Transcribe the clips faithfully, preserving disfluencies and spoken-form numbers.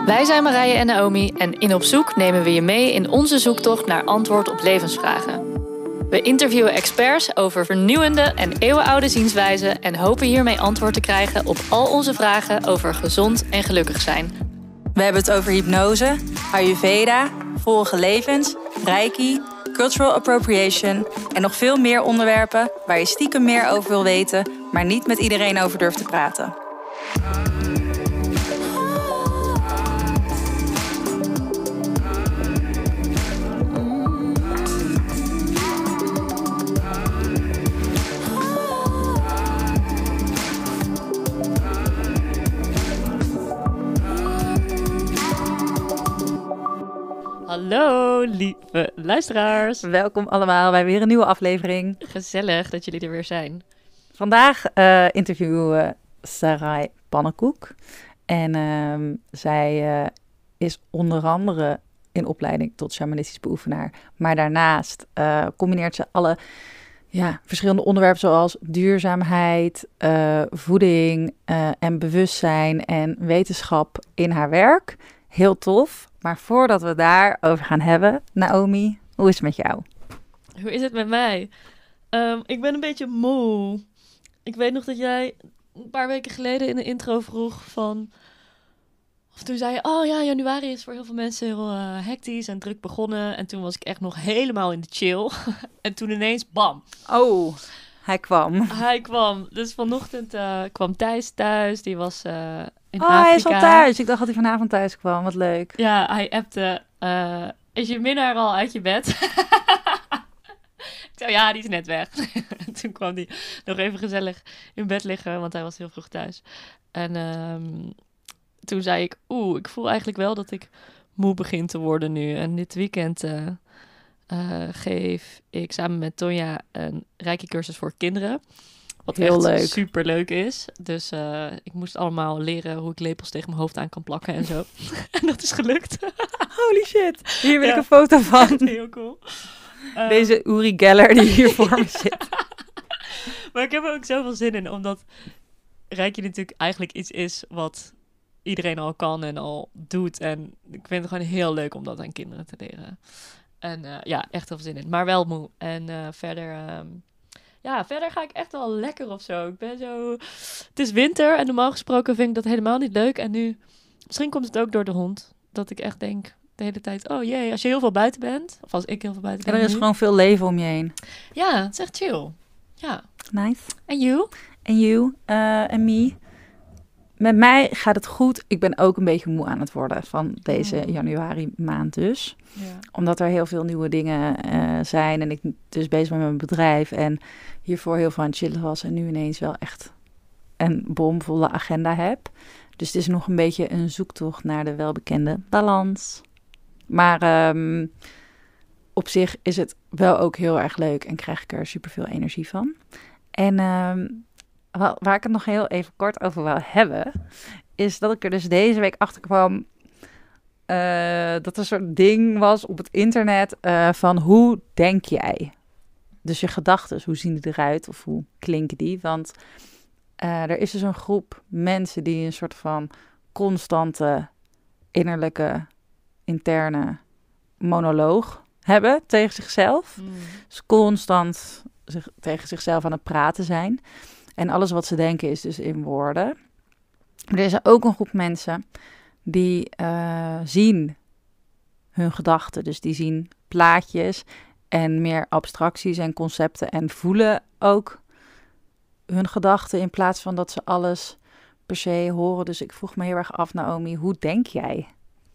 Wij zijn Marije en Naomi en in Op Zoek nemen we je mee in onze zoektocht naar antwoord op levensvragen. We interviewen experts over vernieuwende en eeuwenoude zienswijzen en hopen hiermee antwoord te krijgen op al onze vragen over gezond en gelukkig zijn. We hebben het over hypnose, Ayurveda, vorige levens, Reiki, cultural appropriation en nog veel meer onderwerpen waar je stiekem meer over wil weten, maar niet met iedereen over durft te praten. Hallo lieve luisteraars. Welkom allemaal bij weer een nieuwe aflevering. Gezellig dat jullie er weer zijn. Vandaag uh, interviewen we Sarai Pannenkoek. En uh, zij uh, is onder andere in opleiding tot shamanistisch beoefenaar. Maar daarnaast uh, combineert ze alle ja, verschillende onderwerpen zoals duurzaamheid, uh, voeding uh, en bewustzijn en wetenschap in haar werk. Heel tof. Maar voordat we daarover gaan hebben, Naomi, hoe is het met jou? Hoe is het met mij? Um, ik ben een beetje moe. Ik weet nog dat jij een paar weken geleden in de intro vroeg van... Of toen zei je, oh ja, januari is voor heel veel mensen heel uh, hectisch en druk begonnen. En toen was ik echt nog helemaal in de chill. En toen ineens, bam. Oh, hij kwam. Hij kwam. Dus vanochtend uh, kwam Thijs thuis. Die was uh, in oh, Afrika. Hij is al thuis. Ik dacht dat hij vanavond thuis kwam. Wat leuk. Ja, hij appte, uh, is je minnaar al uit je bed? Ik zei, ja, die is net weg. Toen kwam hij nog even gezellig in bed liggen, want hij was heel vroeg thuis. En um, toen zei ik, oeh, ik voel eigenlijk wel dat ik moe begin te worden nu. En dit weekend uh, uh, geef ik samen met Tonja een Reiki-cursus voor kinderen. Wat heel echt leuk. Super leuk is. Dus uh, ik moest allemaal leren hoe ik lepels tegen mijn hoofd aan kan plakken en zo. En dat is gelukt. Holy shit. Hier wil ja. ik een foto van. Heel cool. Um, Deze Uri Geller die hier voor me zit. Maar ik heb er ook zoveel zin in, omdat Reiki natuurlijk eigenlijk iets is wat iedereen al kan en al doet. En ik vind het gewoon heel leuk om dat aan kinderen te leren. En uh, ja, echt heel veel zin in. Maar wel moe. En uh, verder... Um, Ja, verder ga ik echt wel lekker of zo. Ik ben zo... Het is winter en normaal gesproken vind ik dat helemaal niet leuk. En nu... Misschien komt het ook door de hond. Dat ik echt denk de hele tijd... Oh jee, als je heel veel buiten bent... Of als ik heel veel buiten ben En er is nu, gewoon veel leven om je heen. Ja, het is echt chill. Ja. Nice. En you? En you? En uh, me? Met mij gaat het goed. Ik ben ook een beetje moe aan het worden van deze Mm. januari maand dus. Ja. Omdat er heel veel nieuwe dingen uh, zijn. En ik dus bezig ben met mijn bedrijf. En hiervoor heel veel aan het chillen was. En nu ineens wel echt een bomvolle agenda heb. Dus het is nog een beetje een zoektocht naar de welbekende balans. Maar um, op zich is het wel ook heel erg leuk. En krijg ik er superveel energie van. En um, waar, waar ik het nog heel even kort over wil hebben... is dat ik er dus deze week achter kwam... Uh, dat er een soort ding was op het internet uh, van hoe denk jij? Dus je gedachten, hoe zien die eruit of hoe klinken die? Want uh, er is dus een groep mensen die een soort van constante innerlijke, interne monoloog hebben tegen zichzelf. Mm. Dus constant zich, tegen zichzelf aan het praten zijn. En alles wat ze denken is dus in woorden. Maar er is ook een groep mensen... die uh, zien hun gedachten. Dus die zien plaatjes en meer abstracties en concepten... en voelen ook hun gedachten... in plaats van dat ze alles per se horen. Dus ik vroeg me heel erg af, Naomi, hoe denk jij?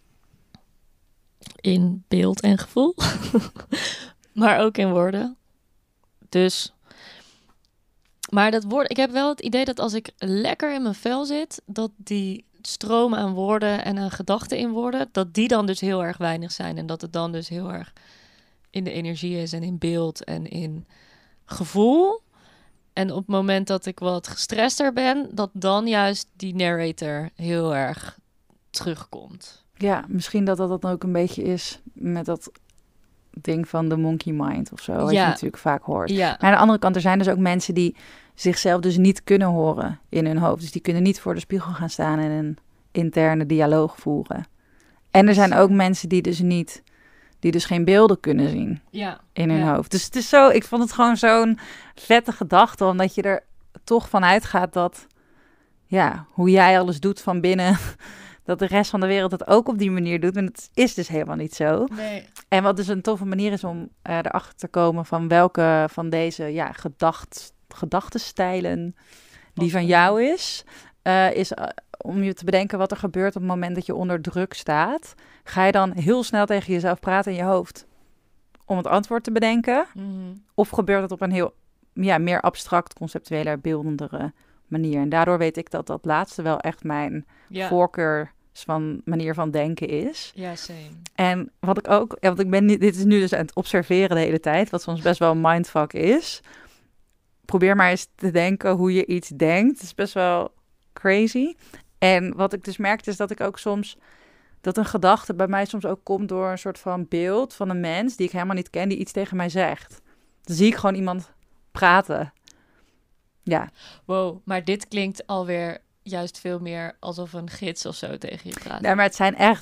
In beeld en gevoel. Maar ook in woorden. Dus... Maar dat woord, ik heb wel het idee dat als ik lekker in mijn vel zit... dat die... stroom aan woorden en aan gedachten in woorden, dat die dan dus heel erg weinig zijn. En dat het dan dus heel erg in de energie is en in beeld en in gevoel. En op het moment dat ik wat gestrester ben, dat dan juist die narrator heel erg terugkomt. Ja, misschien dat dat dan ook een beetje is met dat ding van de monkey mind of zo, wat ja. je natuurlijk vaak hoort. Ja. Maar aan de andere kant, er zijn dus ook mensen die zichzelf dus niet kunnen horen in hun hoofd. Dus die kunnen niet voor de spiegel gaan staan en een interne dialoog voeren. En er zijn ook mensen die dus niet, die dus geen beelden kunnen zien Ja. in hun ja. hoofd. Dus het is zo, ik vond het gewoon zo'n vette gedachte, omdat je er toch van uitgaat dat, ja, hoe jij alles doet van binnen, dat de rest van de wereld het ook op die manier doet. En het is dus helemaal niet zo. Nee. En wat dus een toffe manier is om uh, erachter te komen van welke van deze ja, gedacht, gedachtenstijlen die van jou is, uh, is uh, om je te bedenken wat er gebeurt op het moment dat je onder druk staat. Ga je dan heel snel tegen jezelf praten in je hoofd om het antwoord te bedenken? Mm-hmm. Of gebeurt het op een heel ja, meer abstract, conceptuele, beeldendere manier? En daardoor weet ik dat dat laatste wel echt mijn Ja. voorkeur van manier van denken is. Ja, same. En wat ik ook, ja, want ik ben niet, dit is nu dus aan het observeren de hele tijd, wat soms best wel een mindfuck is. Probeer maar eens te denken hoe je iets denkt. Het is best wel crazy. En wat ik dus merkte is dat ik ook soms, dat een gedachte bij mij soms ook komt door een soort van beeld van een mens die ik helemaal niet ken, die iets tegen mij zegt. Dan zie ik gewoon iemand praten. Ja. Wow, maar dit klinkt alweer juist veel meer alsof een gids of zo tegen je praat. Nee, maar het zijn echt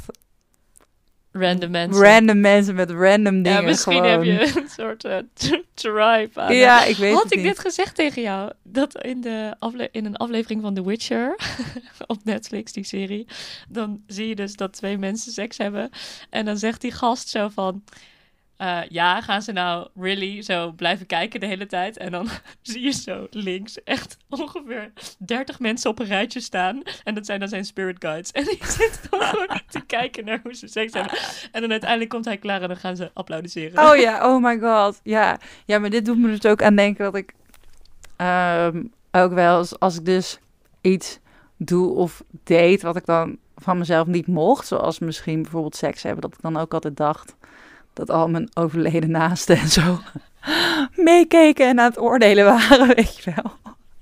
Random mensen. random mensen met random dingen. Ja, misschien gewoon. heb je een soort uh, t- tribe aan. Ja, ik weet Had het ik niet. dit gezegd tegen jou? Dat in, de afle- in een aflevering van The Witcher op Netflix, die serie, dan zie je dus dat twee mensen seks hebben. En dan zegt die gast zo van, uh, ja, gaan ze nou really zo blijven kijken de hele tijd? En dan zie je zo links echt ongeveer dertig mensen op een rijtje staan. En dat zijn dan zijn spirit guides. En die zitten dan gewoon te kijken naar hoe ze seks hebben. En dan uiteindelijk komt hij klaar en dan gaan ze applaudisseren. Oh ja, oh my god. Ja, ja, maar dit doet me dus ook aan denken dat ik um, ook wel eens, als ik dus iets doe of deed wat ik dan van mezelf niet mocht, zoals misschien bijvoorbeeld seks hebben, dat ik dan ook altijd dacht dat al mijn overleden naasten en zo meekeken en aan het oordelen waren, weet je wel.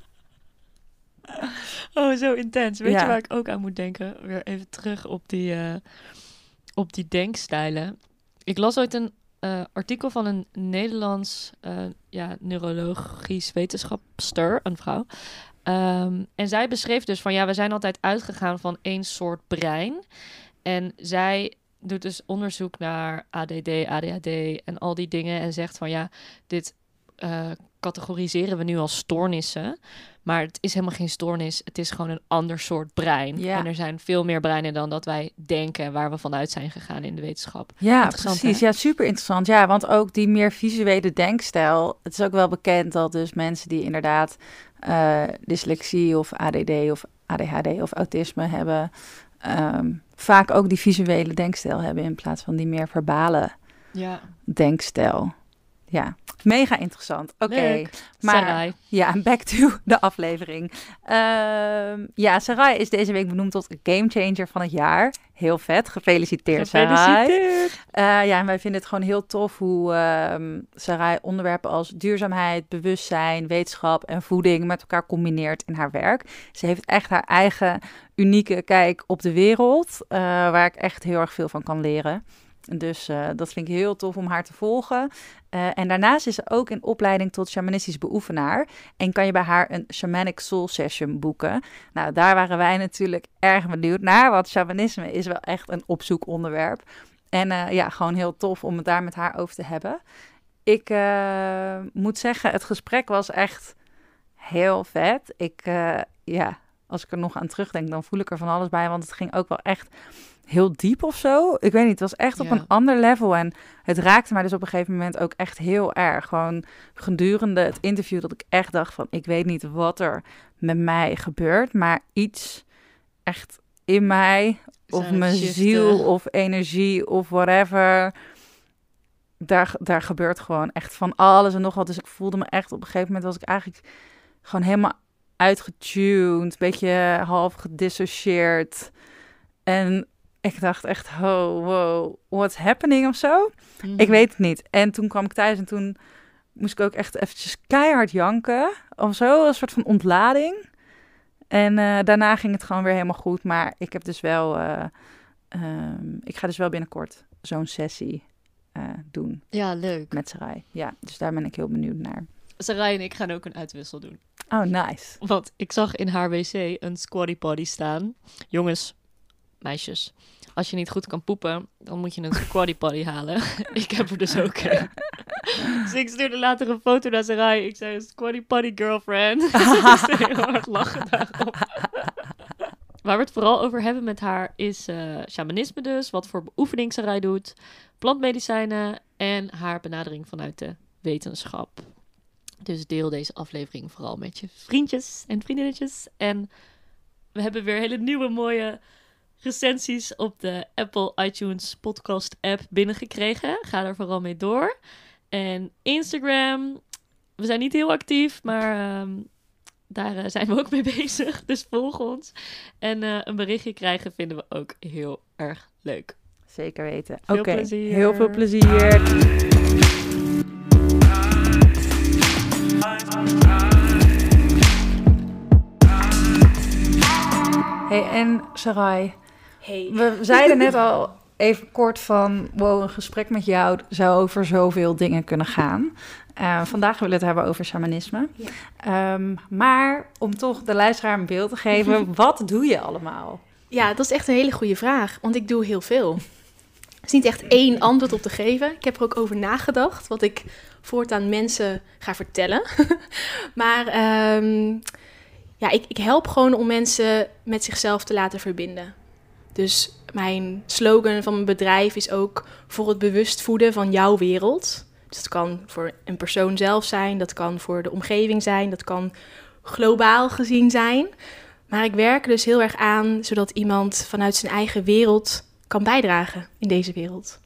Oh, zo intens. Weet Ja. je waar ik ook aan moet denken? Weer even terug op die, uh, op die denkstijlen. Ik las ooit een uh, artikel van een Nederlands uh, ja, neurologisch wetenschapster, een vrouw. Um, en zij beschreef dus van, ja, we zijn altijd uitgegaan van één soort brein. En zij doet dus onderzoek naar A D D, A D H D en al die dingen. En zegt van, ja, dit uh, categoriseren we nu als stoornissen. Maar het is helemaal geen stoornis. Het is gewoon een ander soort brein. Ja. En er zijn veel meer breinen dan dat wij denken, waar we vanuit zijn gegaan in de wetenschap. Ja, precies. Hè? Ja, super interessant. Ja, want ook die meer visuele denkstijl. Het is ook wel bekend dat dus mensen die inderdaad uh, dyslexie of A D D of A D H D of autisme hebben, um, vaak ook die visuele denkstijl hebben in plaats van die meer verbale ja. denkstijl. Ja, mega interessant. Oké, okay. maar Sarai. Ja, back to de aflevering. Uh, ja, Sarai is deze week benoemd tot gamechanger van het jaar. Heel vet, gefeliciteerd, Sarai. Gefeliciteerd. Uh, ja, en wij vinden het gewoon heel tof hoe uh, Sarai onderwerpen als duurzaamheid, bewustzijn, wetenschap en voeding met elkaar combineert in haar werk. Ze heeft echt haar eigen unieke kijk op de wereld, uh, waar ik echt heel erg veel van kan leren. Dus uh, dat vind ik heel tof om haar te volgen. Uh, en daarnaast is ze ook in opleiding tot shamanistisch beoefenaar. En kan je bij haar een Shamanic Soul Session boeken. Nou, daar waren wij natuurlijk erg benieuwd naar. Want shamanisme is wel echt een opzoekonderwerp. En uh, ja, gewoon heel tof om het daar met haar over te hebben. Ik uh, moet zeggen, het gesprek was echt heel vet. Ik, uh, ja, als ik er nog aan terugdenk, dan voel ik er van alles bij. Want het ging ook wel echt heel diep of zo. Ik weet niet, het was echt op ja. een ander level. En het raakte mij dus op een gegeven moment ook echt heel erg. Gewoon gedurende het interview dat ik echt dacht van, ik weet niet wat er met mij gebeurt, maar iets echt in mij, of Zijn mijn shiften. ziel of energie of whatever, daar, daar gebeurt gewoon echt van alles en nog wat. Dus ik voelde me echt, op een gegeven moment was ik eigenlijk gewoon helemaal uitgetuned, een beetje half gedissocieerd. En ik dacht echt, oh, wow, what's happening of zo? Mm. Ik weet het niet. En toen kwam ik thuis en toen moest ik ook echt eventjes keihard janken. Of zo, een soort van ontlading. En uh, daarna ging het gewoon weer helemaal goed. Maar ik heb dus wel, uh, um, ik ga dus wel binnenkort zo'n sessie uh, doen. Ja, leuk. Met Sarai. Ja, dus daar ben ik heel benieuwd naar. Sarai en ik gaan ook een uitwissel doen. Oh, nice. Want ik zag in haar wc een squatty potty staan. Jongens, meisjes, als je niet goed kan poepen, dan moet je een squatty potty halen. Ik heb er dus ook een. Dus ik stuurde later een foto naar Sarai. Ik zei, squatty potty girlfriend. Ze is heel hard lachen daarop. Waar we het vooral over hebben met haar is uh, shamanisme dus. Wat voor beoefening Sarai doet. Plantmedicijnen en haar benadering vanuit de wetenschap. Dus deel deze aflevering vooral met je vriendjes en vriendinnetjes. En we hebben weer hele nieuwe mooie recensies op de Apple iTunes podcast app binnengekregen. Ga daar vooral mee door. En Instagram, we zijn niet heel actief, maar um, daar uh, zijn we ook mee bezig. Dus volg ons. En uh, een berichtje krijgen vinden we ook heel erg leuk. Zeker weten. Veel Oké, plezier. heel veel plezier. Hey, en Sarai, Hey. we zeiden net al even kort van, wow, een gesprek met jou zou over zoveel dingen kunnen gaan. Uh, vandaag willen we het hebben over shamanisme. Ja. Um, maar om toch de luisteraar een beeld te geven, wat doe je allemaal? Ja, dat is echt een hele goede vraag, want ik doe heel veel. Er is niet echt één antwoord op te geven. Ik heb er ook over nagedacht, wat ik voortaan mensen ga vertellen. maar um, ja, ik, ik help gewoon om mensen met zichzelf te laten verbinden. Dus mijn slogan van mijn bedrijf is ook voor het bewust voeden van jouw wereld. Dus dat kan voor een persoon zelf zijn, dat kan voor de omgeving zijn, dat kan globaal gezien zijn. Maar ik werk er dus heel erg aan zodat iemand vanuit zijn eigen wereld kan bijdragen in deze wereld.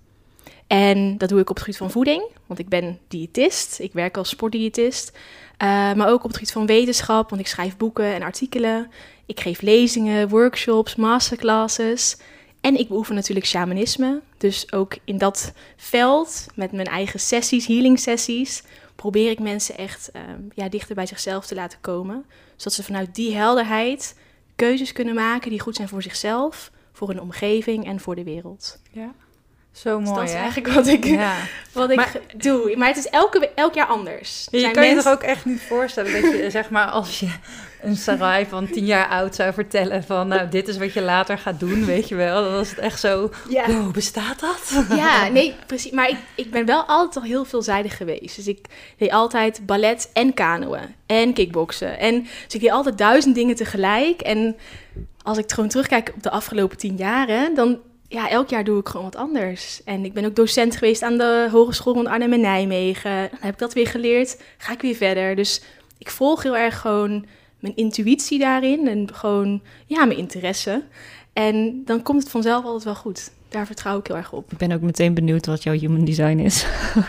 En dat doe ik op het gebied van voeding, want ik ben diëtist, ik werk als sportdiëtist. Uh, maar ook op het gebied van wetenschap, want ik schrijf boeken en artikelen. Ik geef lezingen, workshops, masterclasses. En ik beoefen natuurlijk shamanisme. Dus ook in dat veld, met mijn eigen sessies, healing sessies, probeer ik mensen echt uh, ja, dichter bij zichzelf te laten komen. Zodat ze vanuit die helderheid keuzes kunnen maken die goed zijn voor zichzelf, voor hun omgeving en voor de wereld. Ja. Zo mooi, dus dat is hè? eigenlijk wat ik, ja. wat ik maar, doe. Maar het is elke, elk jaar anders. Je Zijn kan je mensen... toch ook echt niet voorstellen dat je, zeg maar, als je een Sarai van tien jaar oud zou vertellen van, nou, dit is wat je later gaat doen, weet je wel. Dan was het echt zo, ja. Wow, bestaat dat? Ja, nee, precies. Maar ik, ik ben wel altijd al heel veelzijdig geweest. Dus ik deed altijd ballet en kanoën en kickboksen. En, dus ik deed altijd duizend dingen tegelijk. En als ik gewoon terugkijk op de afgelopen tien jaren, dan... Ja, elk jaar doe ik gewoon wat anders. En ik ben ook docent geweest aan de Hogeschool van Arnhem en Nijmegen. Dan heb ik dat weer geleerd, ga ik weer verder. Dus ik volg heel erg gewoon mijn intuïtie daarin en gewoon, ja, mijn interesse. En dan komt het vanzelf altijd wel goed. Daar vertrouw ik heel erg op. Ik ben ook meteen benieuwd wat jouw human design is.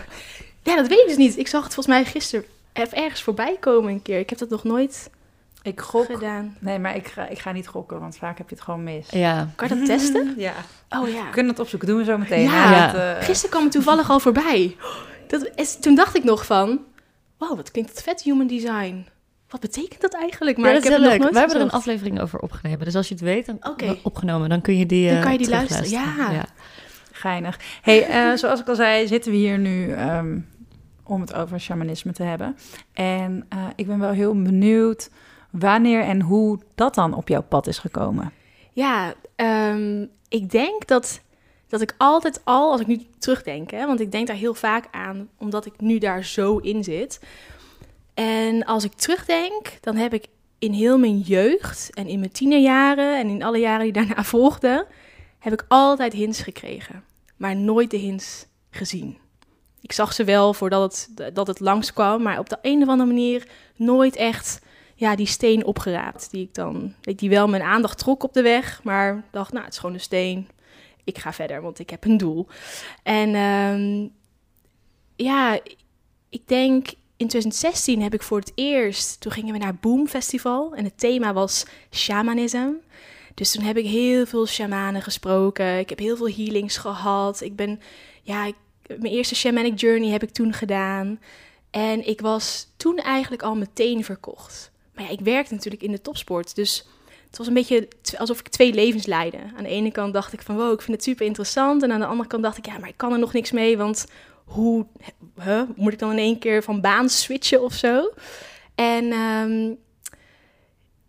Ja, dat weet ik dus niet. Ik zag het volgens mij gisteren ergens voorbij komen een keer. Ik heb dat nog nooit... Ik gok. Gedaan. Nee, maar ik ga, ik ga niet gokken, want vaak heb je het gewoon mis. Ja. Kan je dat testen? Ja. Oh ja. We kunnen het opzoeken, doen we zo meteen. Ja, ja. Het, uh... gisteren kwam het toevallig al voorbij. Dat is, toen dacht ik nog van, wow, wat klinkt dat vet, human design. Wat betekent dat eigenlijk? Maar ja, dat ik heb is het nog leuk. nooit We hebben er een gezocht. aflevering over opgenomen. Dus als je het weet, dan okay. opgenomen, dan kun je die uh, Dan kan je die luisteren, ja. ja. Geinig. Hey, uh, zoals ik al zei, zitten we hier nu um, om het over shamanisme te hebben. En uh, ik ben wel heel benieuwd wanneer en hoe dat dan op jouw pad is gekomen. Ja, um, ik denk dat, dat ik altijd al, als ik nu terugdenk, hè, want ik denk daar heel vaak aan, omdat ik nu daar zo in zit. En als ik terugdenk, dan heb ik in heel mijn jeugd en in mijn tienerjaren en in alle jaren die daarna volgden, heb ik altijd hints gekregen, maar nooit de hints gezien. Ik zag ze wel voordat het, dat het langskwam, maar op de een of andere manier nooit echt... Ja, die steen opgeraapt, die ik dan, die wel mijn aandacht trok op de weg, maar dacht, nou, het is gewoon een steen. Ik ga verder, want ik heb een doel. En um, ja, ik denk in twintig zestien heb ik voor het eerst, toen gingen we naar Boom Festival en het thema was shamanism. Dus toen heb ik heel veel shamanen gesproken. Ik heb heel veel healings gehad. Ik ben, ja, ik, mijn eerste shamanic journey heb ik toen gedaan. En ik was toen eigenlijk al meteen verkocht. Maar ja, ik werkte natuurlijk in de topsport, dus het was een beetje alsof ik twee levens leidde. Aan de ene kant dacht ik van, wow, ik vind het super interessant. En aan de andere kant dacht ik, ja, maar ik kan er nog niks mee, want hoe huh, moet ik dan in één keer van baan switchen of zo? En um,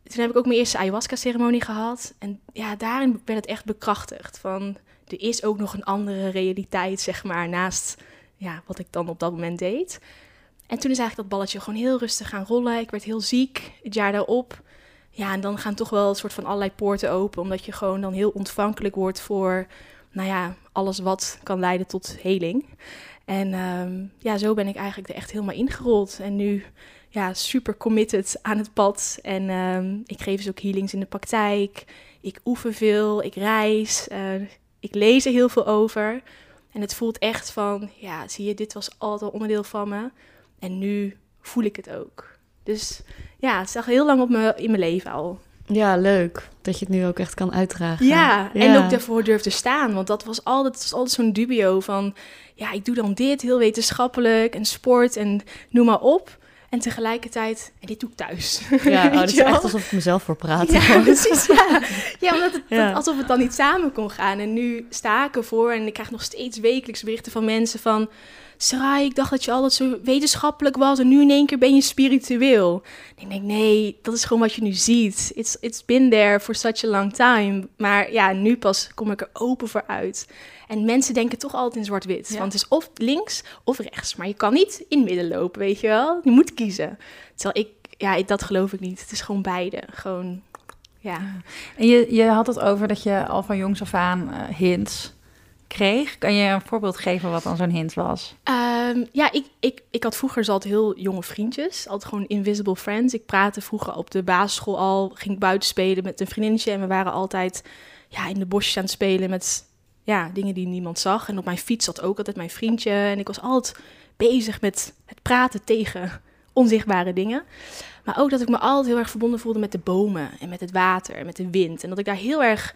toen heb ik ook mijn eerste ayahuasca-ceremonie gehad. En ja, daarin werd het echt bekrachtigd. Van, er is ook nog een andere realiteit, zeg maar, naast ja, wat ik dan op dat moment deed. En toen is eigenlijk dat balletje gewoon heel rustig gaan rollen. Ik werd heel ziek, het jaar daarop. Ja, en dan gaan toch wel een soort van allerlei poorten open. Omdat je gewoon dan heel ontvankelijk wordt voor, nou ja, alles wat kan leiden tot heling. En um, ja, zo ben ik eigenlijk er echt helemaal ingerold. En nu, ja, super committed aan het pad. En um, ik geef dus ook healings in de praktijk. Ik oefen veel, ik reis, uh, ik lees er heel veel over. En het voelt echt van, ja, zie je, dit was altijd al onderdeel van me. En nu voel ik het ook. Dus ja, het is al heel lang op me, in mijn leven al. Ja, leuk. Dat je het nu ook echt kan uitdragen. Ja, ja. En ook daarvoor durf te staan. Want dat was altijd, dat was altijd zo'n dubio van, ja, ik doe dan dit, heel wetenschappelijk en sport en noem maar op. En tegelijkertijd, en dit doe ik thuis. Ja, oh, het is echt alsof ik mezelf voor praat. Ja, precies, ja. Ja, omdat het, Ja. dat, alsof het dan niet samen kon gaan. En nu sta ik ervoor en ik krijg nog steeds wekelijks berichten van mensen van, Sarai, ik dacht dat je altijd zo wetenschappelijk was en nu in één keer ben je spiritueel. En ik denk, nee, dat is gewoon wat je nu ziet. It's, it's been there for such a long time. Maar ja, nu pas kom ik er open voor uit. En mensen denken toch altijd in zwart-wit. Ja. Want het is of links of rechts. Maar je kan niet in het midden lopen, weet je wel. Je moet kiezen. Terwijl ik, ja, dat geloof ik niet. Het is gewoon beide. Gewoon, ja. En je, je had het over dat je al van jongs af aan uh, hints kreeg. Kan je een voorbeeld geven wat dan zo'n hint was? Um, ja, ik, ik, ik had vroeger dus altijd heel jonge vriendjes. Altijd gewoon invisible friends. Ik praatte vroeger op de basisschool al. Ging ik buiten spelen met een vriendinnetje. En we waren altijd ja, in de bosjes aan het spelen met ja, dingen die niemand zag. En op mijn fiets zat ook altijd mijn vriendje. En ik was altijd bezig met het praten tegen onzichtbare dingen. Maar ook dat ik me altijd heel erg verbonden voelde met de bomen. En met het water en met de wind. En dat ik daar heel erg...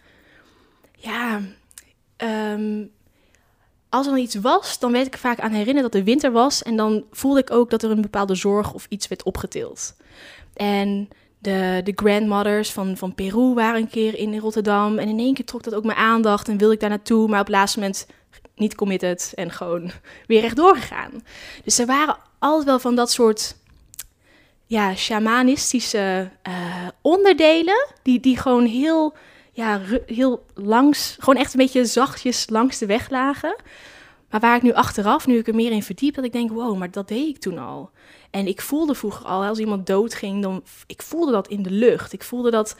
ja... Um, als er dan iets was, dan werd ik vaak aan herinnerd dat er winter was. En dan voelde ik ook dat er een bepaalde zorg of iets werd opgetild. En de, de grandmothers van, van Peru waren een keer in Rotterdam. En in één keer trok dat ook mijn aandacht en wilde ik daar naartoe. Maar op het laatste moment niet committed en gewoon weer rechtdoor gegaan. Dus er waren altijd wel van dat soort ja, shamanistische uh, onderdelen. Die, die gewoon heel... ja, heel langs, gewoon echt een beetje zachtjes langs de weg lagen. Maar waar ik nu achteraf, nu ik er meer in verdiep, dat ik denk, wow, maar dat deed ik toen al. En ik voelde vroeger al, als iemand doodging, dan, ik voelde dat in de lucht. Ik voelde dat,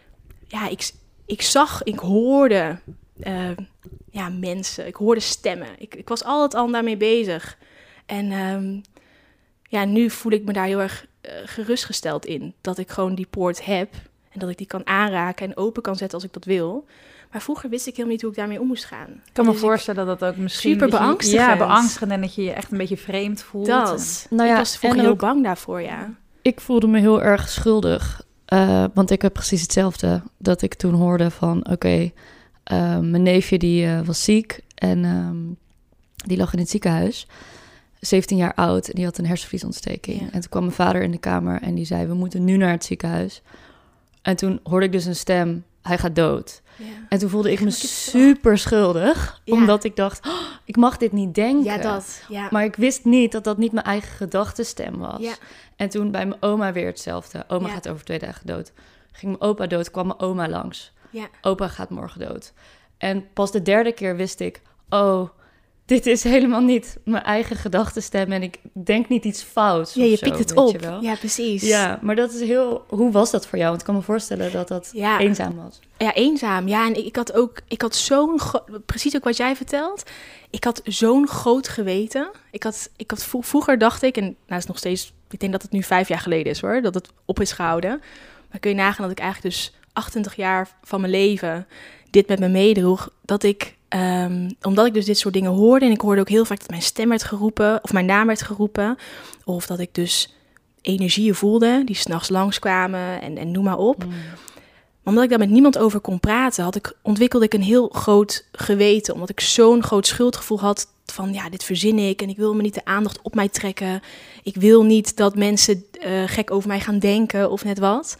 ja, ik, ik zag, ik hoorde uh, ja, mensen, ik hoorde stemmen. Ik, ik was altijd al daarmee bezig. En um, ja, nu voel ik me daar heel erg uh, gerustgesteld in, dat ik gewoon die poort heb. En dat ik die kan aanraken en open kan zetten als ik dat wil. Maar vroeger wist ik helemaal niet hoe ik daarmee om moest gaan. Ik kan me dus voorstellen dat dat ook misschien... super beangstigend. Ja, beangstigend en dat je je echt een beetje vreemd voelt. Dat. Nou ja, ik was vroeger en heel ook- bang daarvoor, ja. Ik voelde me heel erg schuldig. Uh, want ik heb precies hetzelfde. Dat ik toen hoorde van... Oké, okay, uh, mijn neefje die uh, was ziek. En um, die lag in het ziekenhuis. zeventien jaar oud. En die had een hersenvliesontsteking. Ja. En toen kwam mijn vader in de kamer. En die zei... We moeten nu naar het ziekenhuis. En toen hoorde ik dus een stem... Hij gaat dood. Ja, En toen voelde ik me Ik het zo. super schuldig. Ja. Omdat ik dacht... Oh, ik mag dit niet denken. ja dat. Ja. Maar ik wist niet dat dat niet mijn eigen gedachtenstem was. Ja. En toen bij mijn oma weer hetzelfde. Oma Ja. gaat over twee dagen dood. Ging mijn opa dood, kwam mijn oma langs. Ja. Opa gaat morgen dood. En pas de derde keer wist ik... Oh, dit is helemaal niet mijn eigen gedachtenstem. En ik denk niet iets fouts. ja, of je zo, pikt het weet op. je wel. Ja, precies. Ja, maar dat is heel... Hoe was dat voor jou? Want ik kan me voorstellen dat dat Ja. eenzaam was. Ja, eenzaam. Ja, en ik had ook, ik had zo'n, gro- precies ook wat jij vertelt. Ik had zo'n groot geweten. Ik had, ik had vro- vroeger dacht ik, en nou is het nog steeds, ik denk dat het nu vijf jaar geleden is hoor, dat het op is gehouden. Maar kun je nagaan dat ik eigenlijk dus achtentwintig jaar van mijn leven dit met me meedroeg, dat ik, um, omdat ik dus dit soort dingen hoorde, en ik hoorde ook heel vaak dat mijn stem werd geroepen, of mijn naam werd geroepen, of dat ik dus energieën voelde die 's nachts langskwamen en, en noem maar op. Mm. Maar omdat ik daar met niemand over kon praten, had ik, ontwikkelde ik een heel groot geweten. Omdat ik zo'n groot schuldgevoel had van, ja, dit verzin ik en ik wil me niet de aandacht op mij trekken. Ik wil niet dat mensen uh, gek over mij gaan denken of net wat.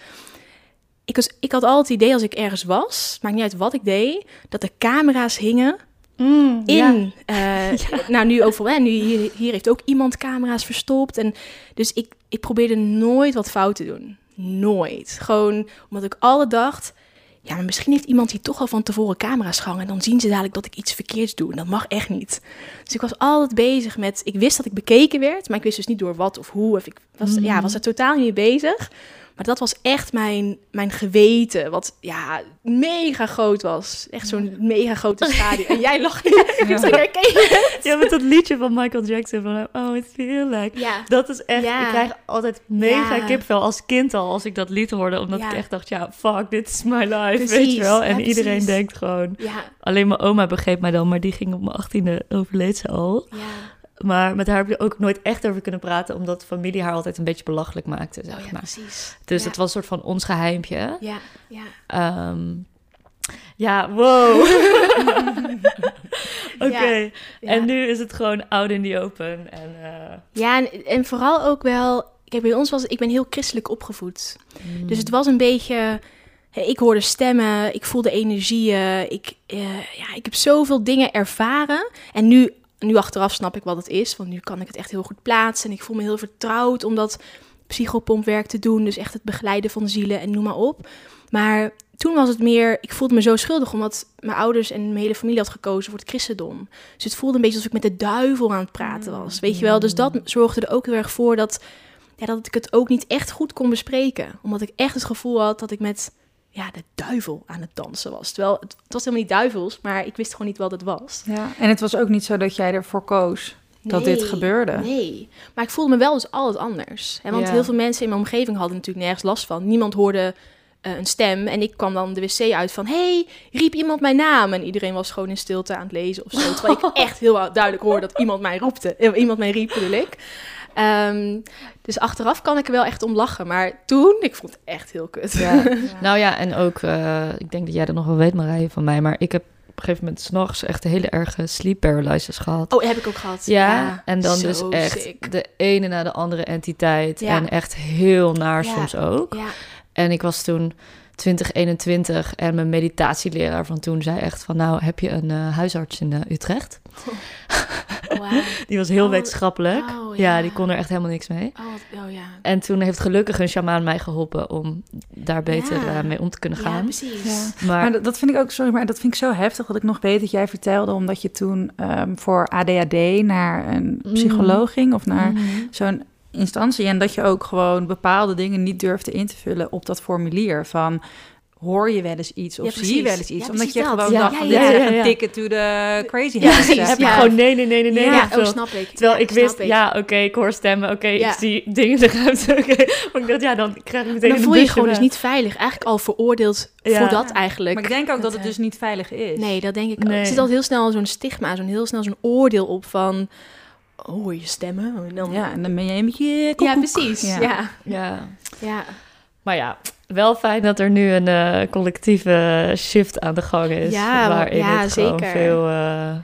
Ik, was, ik had altijd het idee als ik ergens was, maakt niet uit wat ik deed, dat er camera's hingen Mm, ja. in. Uh, ja. Nou, nu overal. Hè, nu hier, hier heeft ook iemand camera's verstopt. En dus ik, ik probeerde nooit wat fout te doen. nooit. Gewoon omdat ik altijd dacht, ja, maar misschien heeft iemand hier toch al van tevoren camera's gehangen en dan zien ze dadelijk dat ik iets verkeerds doe en dat mag echt niet. Dus ik was altijd bezig met, ik wist dat ik bekeken werd, maar ik wist dus niet door wat of hoe. Of ik was, mm. ja, was er totaal niet mee bezig. Maar dat was echt mijn, mijn geweten, wat ja, mega groot was. Echt zo'n mega grote schaduw. En jij lacht niet. Ja. Ik herken je het? Ja, met dat liedje van Michael Jackson van Oh, it feel like. Ja. Dat is echt, ja. ik krijg altijd mega ja. kipvel als kind al, als ik dat lied hoorde. Omdat ja. ik echt dacht, ja, fuck, dit is my life, Precies. weet je wel. En ja, iedereen precies. denkt gewoon, Ja. alleen mijn oma begreep mij dan, maar die ging op mijn achttiende overleed ze al. Ja. Maar met haar heb je ook nooit echt over kunnen praten, omdat familie haar altijd een beetje belachelijk maakte, zeg Oh ja, maar. precies. Dus ja. het was een soort van ons geheimpje. Ja, ja. Um, ja, wow. Oké, okay. Ja, ja. En nu is het gewoon out in the open. En, uh... Ja, en, en vooral ook wel, kijk, bij ons was ik ben heel christelijk opgevoed. Mm. Dus het was een beetje, ik hoorde stemmen, ik voelde energieën, ik, uh, ja, ik heb zoveel dingen ervaren. En nu, nu achteraf snap ik wat het is, want nu kan ik het echt heel goed plaatsen. En ik voel me heel vertrouwd om dat psychopompwerk te doen, dus echt het begeleiden van zielen en noem maar op. Maar toen was het meer, ik voelde me zo schuldig omdat mijn ouders en mijn hele familie had gekozen voor het christendom. Dus het voelde een beetje alsof ik met de duivel aan het praten was, weet je wel. Dus dat zorgde er ook heel erg voor dat, ja, dat ik het ook niet echt goed kon bespreken. Omdat ik echt het gevoel had dat ik met ja, de duivel aan het dansen was. Terwijl het, het was helemaal niet duivels, maar ik wist gewoon niet wat het was. Ja, en het was ook niet zo dat jij ervoor koos dat nee, dit gebeurde. Nee, maar ik voelde me wel dus altijd anders. Hè? Want Ja. heel veel mensen in mijn omgeving hadden natuurlijk nergens last van. Niemand hoorde uh, een stem en ik kwam dan de wc uit van, hey, riep iemand mijn naam? En iedereen was gewoon in stilte aan het lezen of zo. Terwijl ik echt heel duidelijk hoorde dat iemand mij roepte. Uh, iemand mij riep, bedoel ik. Um, dus achteraf kan ik er wel echt om lachen. Maar toen, ik vond het echt heel kut. Ja. Ja. Nou ja, en ook, uh, ik denk dat jij dat nog wel weet, Marije, van mij. Maar ik heb op een gegeven moment 's nachts echt hele erge sleep paralysis gehad. Oh, heb ik ook gehad. Ja, ja. En dan Zo dus echt sick. de ene na de andere entiteit. Ja. En echt heel naar Ja. soms ook. Ja. En ik was toen twintig eenentwintig en mijn meditatieleraar van toen zei echt van, nou, heb je een uh, huisarts in uh, Utrecht? Oh. Wow. Die was heel Oh, wetenschappelijk. Oh, ja. ja, die kon er echt helemaal niks mee. Oh, wat, oh ja. En toen heeft gelukkig een shamaan mij geholpen om daar beter Ja. uh, mee om te kunnen gaan. Ja, precies. Ja. Maar, Maar dat, dat vind ik ook, sorry, maar dat vind ik zo heftig dat ik nog weet dat jij vertelde, omdat je toen um, voor A D H D naar een psycholoog ging of naar mm-hmm. zo'n instantie en dat je ook gewoon bepaalde dingen niet durfde in te vullen op dat formulier van hoor je wel eens iets of Ja, zie je wel eens iets, ja, omdat je dat. gewoon Ja, dacht ja, van ja, dit is ja, echt ja. een ticket to the crazy Ja, house. precies. heb Ja. ik gewoon nee, nee, nee, nee, nee. Ja, gevuld. oh, snap ik. Terwijl ja, ik wist, snap ik. ja, oké, okay, ik hoor stemmen, oké, okay, Ja. ik zie dingen eruit, oké. Okay. Maar ik dacht, ja, dan krijg ik meteen Dan een voel je je busje gewoon dus weg. niet veilig. Eigenlijk al veroordeeld Ja. voor dat Ja. eigenlijk. Maar ik denk ook dat het uh, dus niet veilig is. Nee, dat denk ik ook. Nee. Er zit altijd heel snel zo'n stigma, zo'n heel snel zo'n oordeel op van, oh, hoor je stemmen? En dan... Ja, en dan ben je een beetje Ja, koekoek. precies. Ja. Ja. Ja, Ja. maar ja, wel fijn dat er nu een uh, collectieve shift aan de gang is. Ja, waarin ja, het gewoon zeker. veel... Uh, Ja,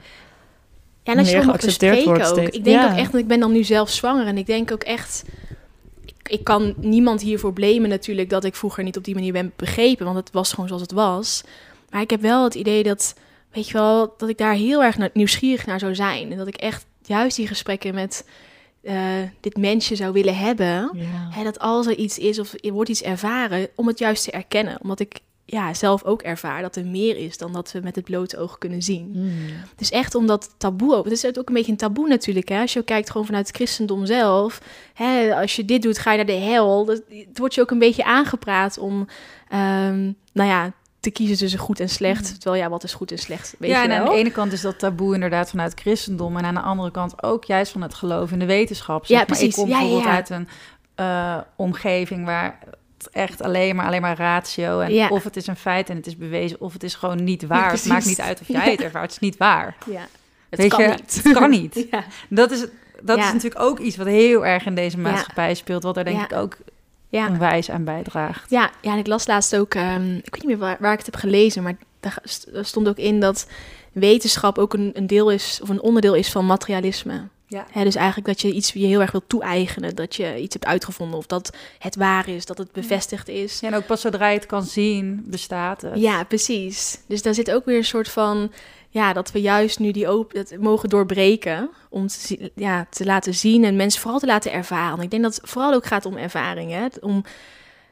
en als je meer het mag geaccepteerd bespreken wordt ook. steeds. Ik denk Ja. ook echt, want ik ben dan nu zelf zwanger en ik denk ook echt, ik, ik kan niemand hiervoor blamen natuurlijk dat ik vroeger niet op die manier ben begrepen, want het was gewoon zoals het was. Maar ik heb wel het idee dat, weet je wel, dat ik daar heel erg naar, nieuwsgierig naar zou zijn en dat ik echt juist die gesprekken met uh, dit mensje zou willen hebben. ja. Hè, dat als er iets is of er wordt iets ervaren, om het juist te erkennen. Omdat ik ja, zelf ook ervaar dat er meer is dan dat we met het blote oog kunnen zien. Mm. Dus echt om dat taboe ook. Het is ook een beetje een taboe natuurlijk. Hè? Als je ook kijkt gewoon vanuit het christendom zelf. Hè, als je dit doet, ga je naar de hel. Dat, het wordt je ook een beetje aangepraat om, um, nou ja, te kiezen tussen goed en slecht. Mm. Terwijl ja, wat is goed en slecht? Weet Ja, je en wel? aan de ene kant is dat taboe inderdaad vanuit het christendom. En aan de andere kant ook juist van het geloof in de wetenschap. Zeg Ja, maar. precies. Ik kom Ja, ja, bijvoorbeeld ja. uit een uh, omgeving waar het echt alleen maar, alleen maar ratio. En Ja. of het is een feit en het is bewezen, of het is gewoon niet waar. Ja, het maakt precies. niet uit of jij het ervaart, het is niet waar. Ja. Het Weet kan je, niet. Het kan niet. Ja. Dat is, dat Ja. is natuurlijk ook iets wat heel erg in deze maatschappij Ja. speelt. Wat daar denk Ja. ik ook Ja. onwijs aan bijdraagt. Ja, ja, en ik las laatst ook, um, ik weet niet meer waar, waar ik het heb gelezen, maar daar st- daar stond ook in dat wetenschap ook een, een deel is, of een onderdeel is van materialisme. Ja. Hè, dus eigenlijk dat je iets je heel erg wilt toe-eigenen, dat je iets hebt uitgevonden of dat het waar is, dat het bevestigd is. Ja, en ook pas zodra je het kan zien, bestaat het. Ja, precies. Dus daar zit ook weer een soort van, ja, dat we juist nu die open, dat mogen doorbreken om te, zi- ja, te laten zien en mensen vooral te laten ervaren. Ik denk dat het vooral ook gaat om ervaringen, om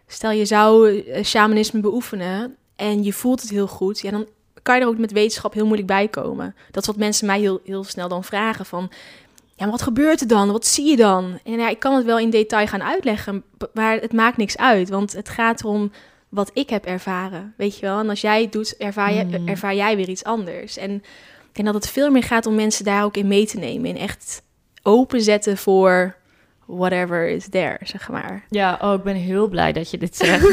stel je zou uh, shamanisme beoefenen en je voelt het heel goed, ja, dan kan je er ook met wetenschap heel moeilijk bij komen. Dat is wat mensen mij heel, heel snel dan vragen van, ja, maar wat gebeurt er dan? Wat zie je dan? En ja, ik kan het wel in detail gaan uitleggen, maar het maakt niks uit, want het gaat erom wat ik heb ervaren, weet je wel. En als jij het doet, ervaar, je, Mm. ervaar jij weer iets anders. En ik denk dat het veel meer gaat om mensen daar ook in mee te nemen, in echt openzetten voor whatever is there, zeg maar. Ja, oh, ik ben heel blij dat je dit zegt.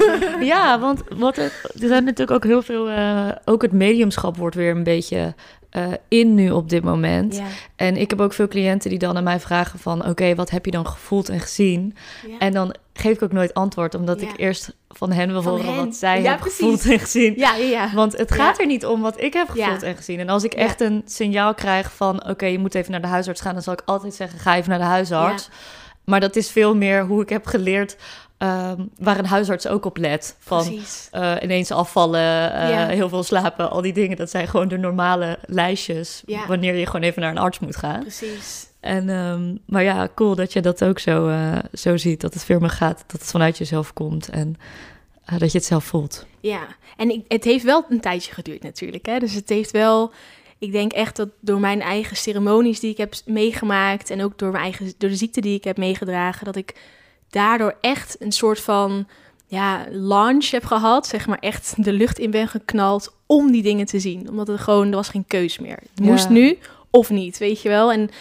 Ja, want wat er, er zijn natuurlijk ook heel veel... Uh, ook het mediumschap wordt weer een beetje uh, in nu op dit moment. Ja. En ik heb ook veel cliënten die dan aan mij vragen van... oké, okay, wat heb je dan gevoeld en gezien? Ja. En dan geef ik ook nooit antwoord... omdat Ja. ik eerst van hen wil Van horen hen. wat zij Ja, hebben precies. gevoeld en gezien. Ja, ja, ja. Want het gaat Ja. er niet om wat ik heb gevoeld Ja. en gezien. En als ik Ja. echt een signaal krijg van... oké, okay, je moet even naar de huisarts gaan... dan zal ik altijd zeggen, ga even naar de huisarts... Ja. Maar dat is veel meer hoe ik heb geleerd... Um, waar een huisarts ook op let. Van Precies. uh, ineens afvallen, uh, Ja. heel veel slapen, al die dingen. Dat zijn gewoon de normale lijstjes... Ja. wanneer je gewoon even naar een arts moet gaan. Precies. En, um, maar ja, cool dat je dat ook zo, uh, zo ziet. Dat het veel meer gaat, dat het vanuit jezelf komt... en uh, dat je het zelf voelt. Ja, en ik, het heeft wel een tijdje geduurd natuurlijk. Hè? Dus het heeft wel... Ik denk echt dat door mijn eigen ceremonies die ik heb meegemaakt... en ook door, mijn eigen, door de ziekte die ik heb meegedragen... dat ik daardoor echt een soort van ja, launch heb gehad. Zeg maar echt de lucht in ben geknald om die dingen te zien. Omdat er gewoon, er was geen keus meer. Het Ja. moest nu of niet, weet je wel. En,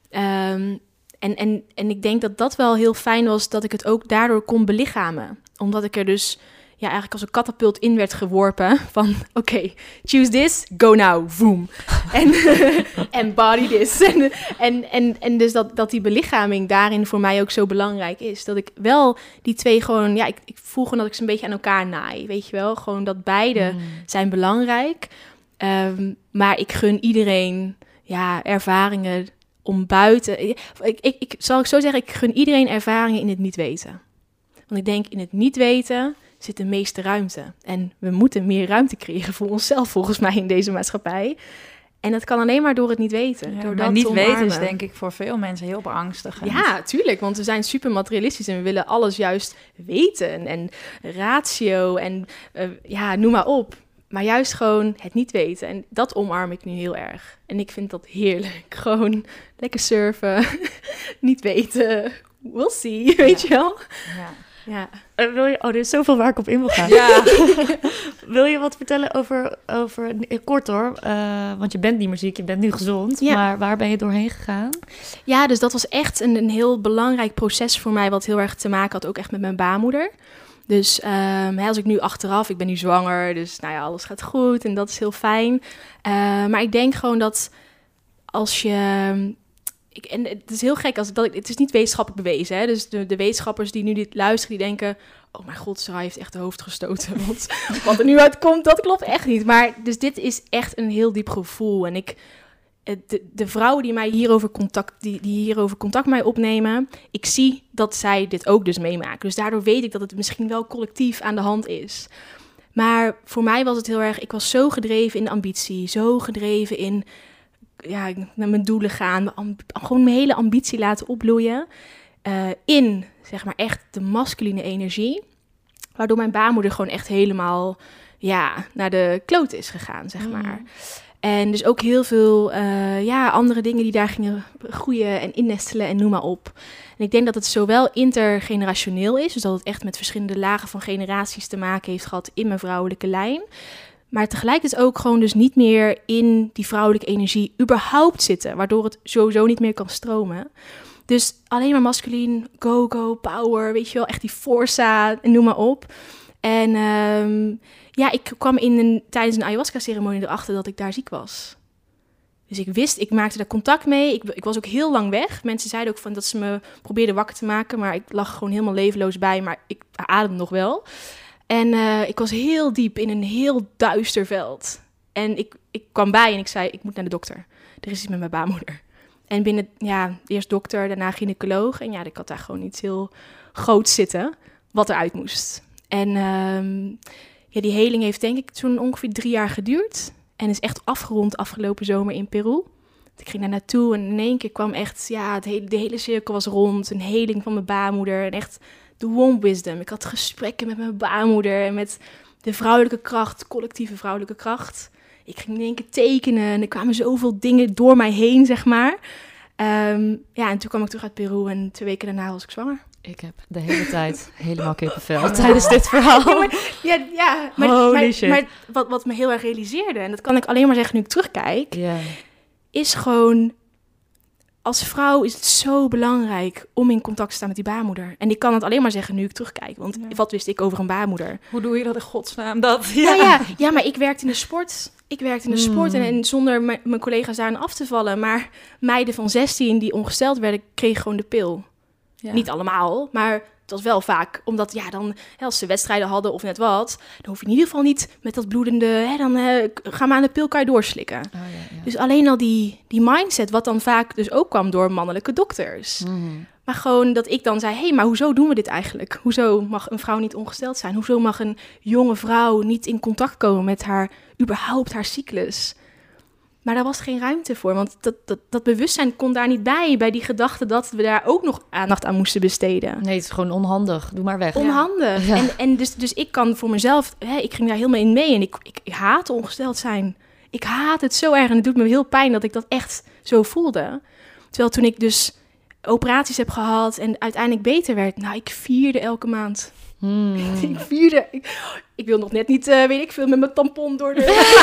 um, en, en, en ik denk dat dat wel heel fijn was... dat ik het ook daardoor kon belichamen. Omdat ik er dus... ja, eigenlijk als een katapult in werd geworpen van... oké, okay, choose this, go now, voom. En embody this. En, en, en, en dus dat, dat die belichaming daarin voor mij ook zo belangrijk is. Dat ik wel die twee gewoon... ja, ik, ik voel gewoon dat ik ze een beetje aan elkaar naai, weet je wel. Gewoon dat beide Mm. zijn belangrijk. Um, maar ik gun iedereen ja, ervaringen om buiten... Ik, ik, ik, zal ik zo zeggen, ik gun iedereen ervaringen in het niet weten. Want ik denk, in het niet weten... zit de meeste ruimte. En we moeten meer ruimte creëren voor onszelf, volgens mij, in deze maatschappij. En dat kan alleen maar door het niet weten. Ja, door maar dat niet te weten is omarmen. denk ik voor veel mensen heel beangstigend. Ja, tuurlijk, want we zijn super materialistisch en we willen alles juist weten. En ratio en uh, ja, noem maar op. Maar juist gewoon het niet weten. En dat omarm ik nu heel erg. En ik vind dat heerlijk. Gewoon lekker surfen, niet weten, we'll see, weet je wel. Ja. Ja. Uh, wil je, oh, er is zoveel waar ik op in wil gaan. Ja. Wil je wat vertellen over, over kort hoor, uh, want je bent niet meer ziek, je bent nu gezond. Ja. Maar waar ben je doorheen gegaan? Ja, dus dat was echt een, een heel belangrijk proces voor mij, wat heel erg te maken had ook echt met mijn baarmoeder. Dus um, als ik nu achteraf, ik ben nu zwanger, dus nou ja, alles gaat goed en dat is heel fijn. Uh, maar ik denk gewoon dat als je... Ik, en het is heel gek, als dat ik, het is niet wetenschappelijk bewezen. Hè? Dus de, de wetenschappers die nu dit luisteren, die denken... oh mijn god, Sarai heeft echt de hoofd gestoten. Want wat er nu uitkomt, dat klopt echt niet. Maar dus dit is echt een heel diep gevoel. En ik, de, de vrouwen die mij hierover contact, die, die hierover contact met mij opnemen... ik zie dat zij dit ook dus meemaken. Dus daardoor weet ik dat het misschien wel collectief aan de hand is. Maar voor mij was het heel erg... ik was zo gedreven in de ambitie, zo gedreven in... ja, naar mijn doelen gaan, mijn amb- gewoon mijn hele ambitie laten opbloeien. Uh, in, zeg maar, echt de masculine energie. Waardoor mijn baarmoeder gewoon echt helemaal, ja, naar de kloot is gegaan, zeg maar. Mm. En dus ook heel veel, uh, ja, andere dingen die daar gingen groeien en innestelen en noem maar op. En ik denk dat het zowel intergenerationeel is, dus dat het echt met verschillende lagen van generaties te maken heeft gehad in mijn vrouwelijke lijn. Maar tegelijkertijd ook gewoon dus niet meer in die vrouwelijke energie überhaupt zitten. Waardoor het sowieso niet meer kan stromen. Dus alleen maar masculien, go, go, power, weet je wel. Echt die forza, noem maar op. En um, ja, ik kwam in een, tijdens een ayahuasca-ceremonie erachter dat ik daar ziek was. Dus ik wist, ik maakte daar contact mee. Ik, ik was ook heel lang weg. Mensen zeiden ook van dat ze me probeerden wakker te maken. Maar ik lag gewoon helemaal levenloos bij. Maar ik ademde nog wel. En uh, ik was heel diep in een heel duister veld. En ik, ik kwam bij en ik zei, ik moet naar de dokter. Er is iets met mijn baarmoeder. En binnen, ja, eerst dokter, daarna gynaecoloog. En ja, ik had daar gewoon iets heel groots zitten, wat eruit moest. En um, ja, die heling heeft denk ik zo'n ongeveer drie jaar geduurd. En is echt afgerond afgelopen zomer in Peru. Ik ging daar naartoe en in één keer kwam echt, ja, het hele, de hele cirkel was rond. Een heling van mijn baarmoeder en echt de womb wisdom. Ik had gesprekken met mijn baarmoeder en met de vrouwelijke kracht, collectieve vrouwelijke kracht. Ik ging in één keer tekenen en er kwamen zoveel dingen door mij heen, zeg maar. Um, ja, en toen kwam ik terug uit Peru en twee weken daarna was ik zwanger. Ik heb de hele tijd helemaal kippenvel ja. tijdens dit verhaal. Ja, maar, ja, ja, maar, Holy maar, shit. maar wat, wat me heel erg realiseerde, en dat kan ik alleen maar zeggen nu ik terugkijk, Yeah. is gewoon, als vrouw is het zo belangrijk om in contact te staan met die baarmoeder. En ik kan het alleen maar zeggen nu ik terugkijk, want Ja. wat wist ik over een baarmoeder? Hoe doe je dat in godsnaam? Dat, Ja, ja, ja, ja maar ik werkte in de sport. Ik werkte in de Mm. sport en, en zonder m- mijn collega's daarin af te vallen. Maar meiden van zestien die ongesteld werden, kregen gewoon de pil. Ja. Niet allemaal, maar het was wel vaak. Omdat ja, dan, hè, als ze wedstrijden hadden of net wat, dan hoef je in ieder geval niet met dat bloedende, hè, dan eh, ga maar aan de pil, kan je doorslikken. Oh, ja, ja. Dus alleen al die, die mindset, wat dan vaak dus ook kwam door mannelijke dokters. Mm. Maar gewoon dat ik dan zei, hé, hey, maar hoezo doen we dit eigenlijk? Hoezo mag een vrouw niet ongesteld zijn? Hoezo mag een jonge vrouw niet in contact komen met haar, überhaupt haar cyclus? Maar daar was geen ruimte voor, want dat, dat, dat bewustzijn kon daar niet bij, bij die gedachte dat we daar ook nog aandacht aan moesten besteden. Nee, het is gewoon onhandig. Doe maar weg. Onhandig. Ja. En, en dus, dus ik kan voor mezelf, hè, ik ging daar helemaal in mee en ik, ik, ik haat ongesteld zijn. Ik haat het zo erg en het doet me heel pijn dat ik dat echt zo voelde. Terwijl toen ik dus operaties heb gehad en uiteindelijk beter werd, nou, ik vierde elke maand. Mm. Ik vierde. Ik, ik wil nog net niet, uh, weet ik veel, met mijn tampon door de...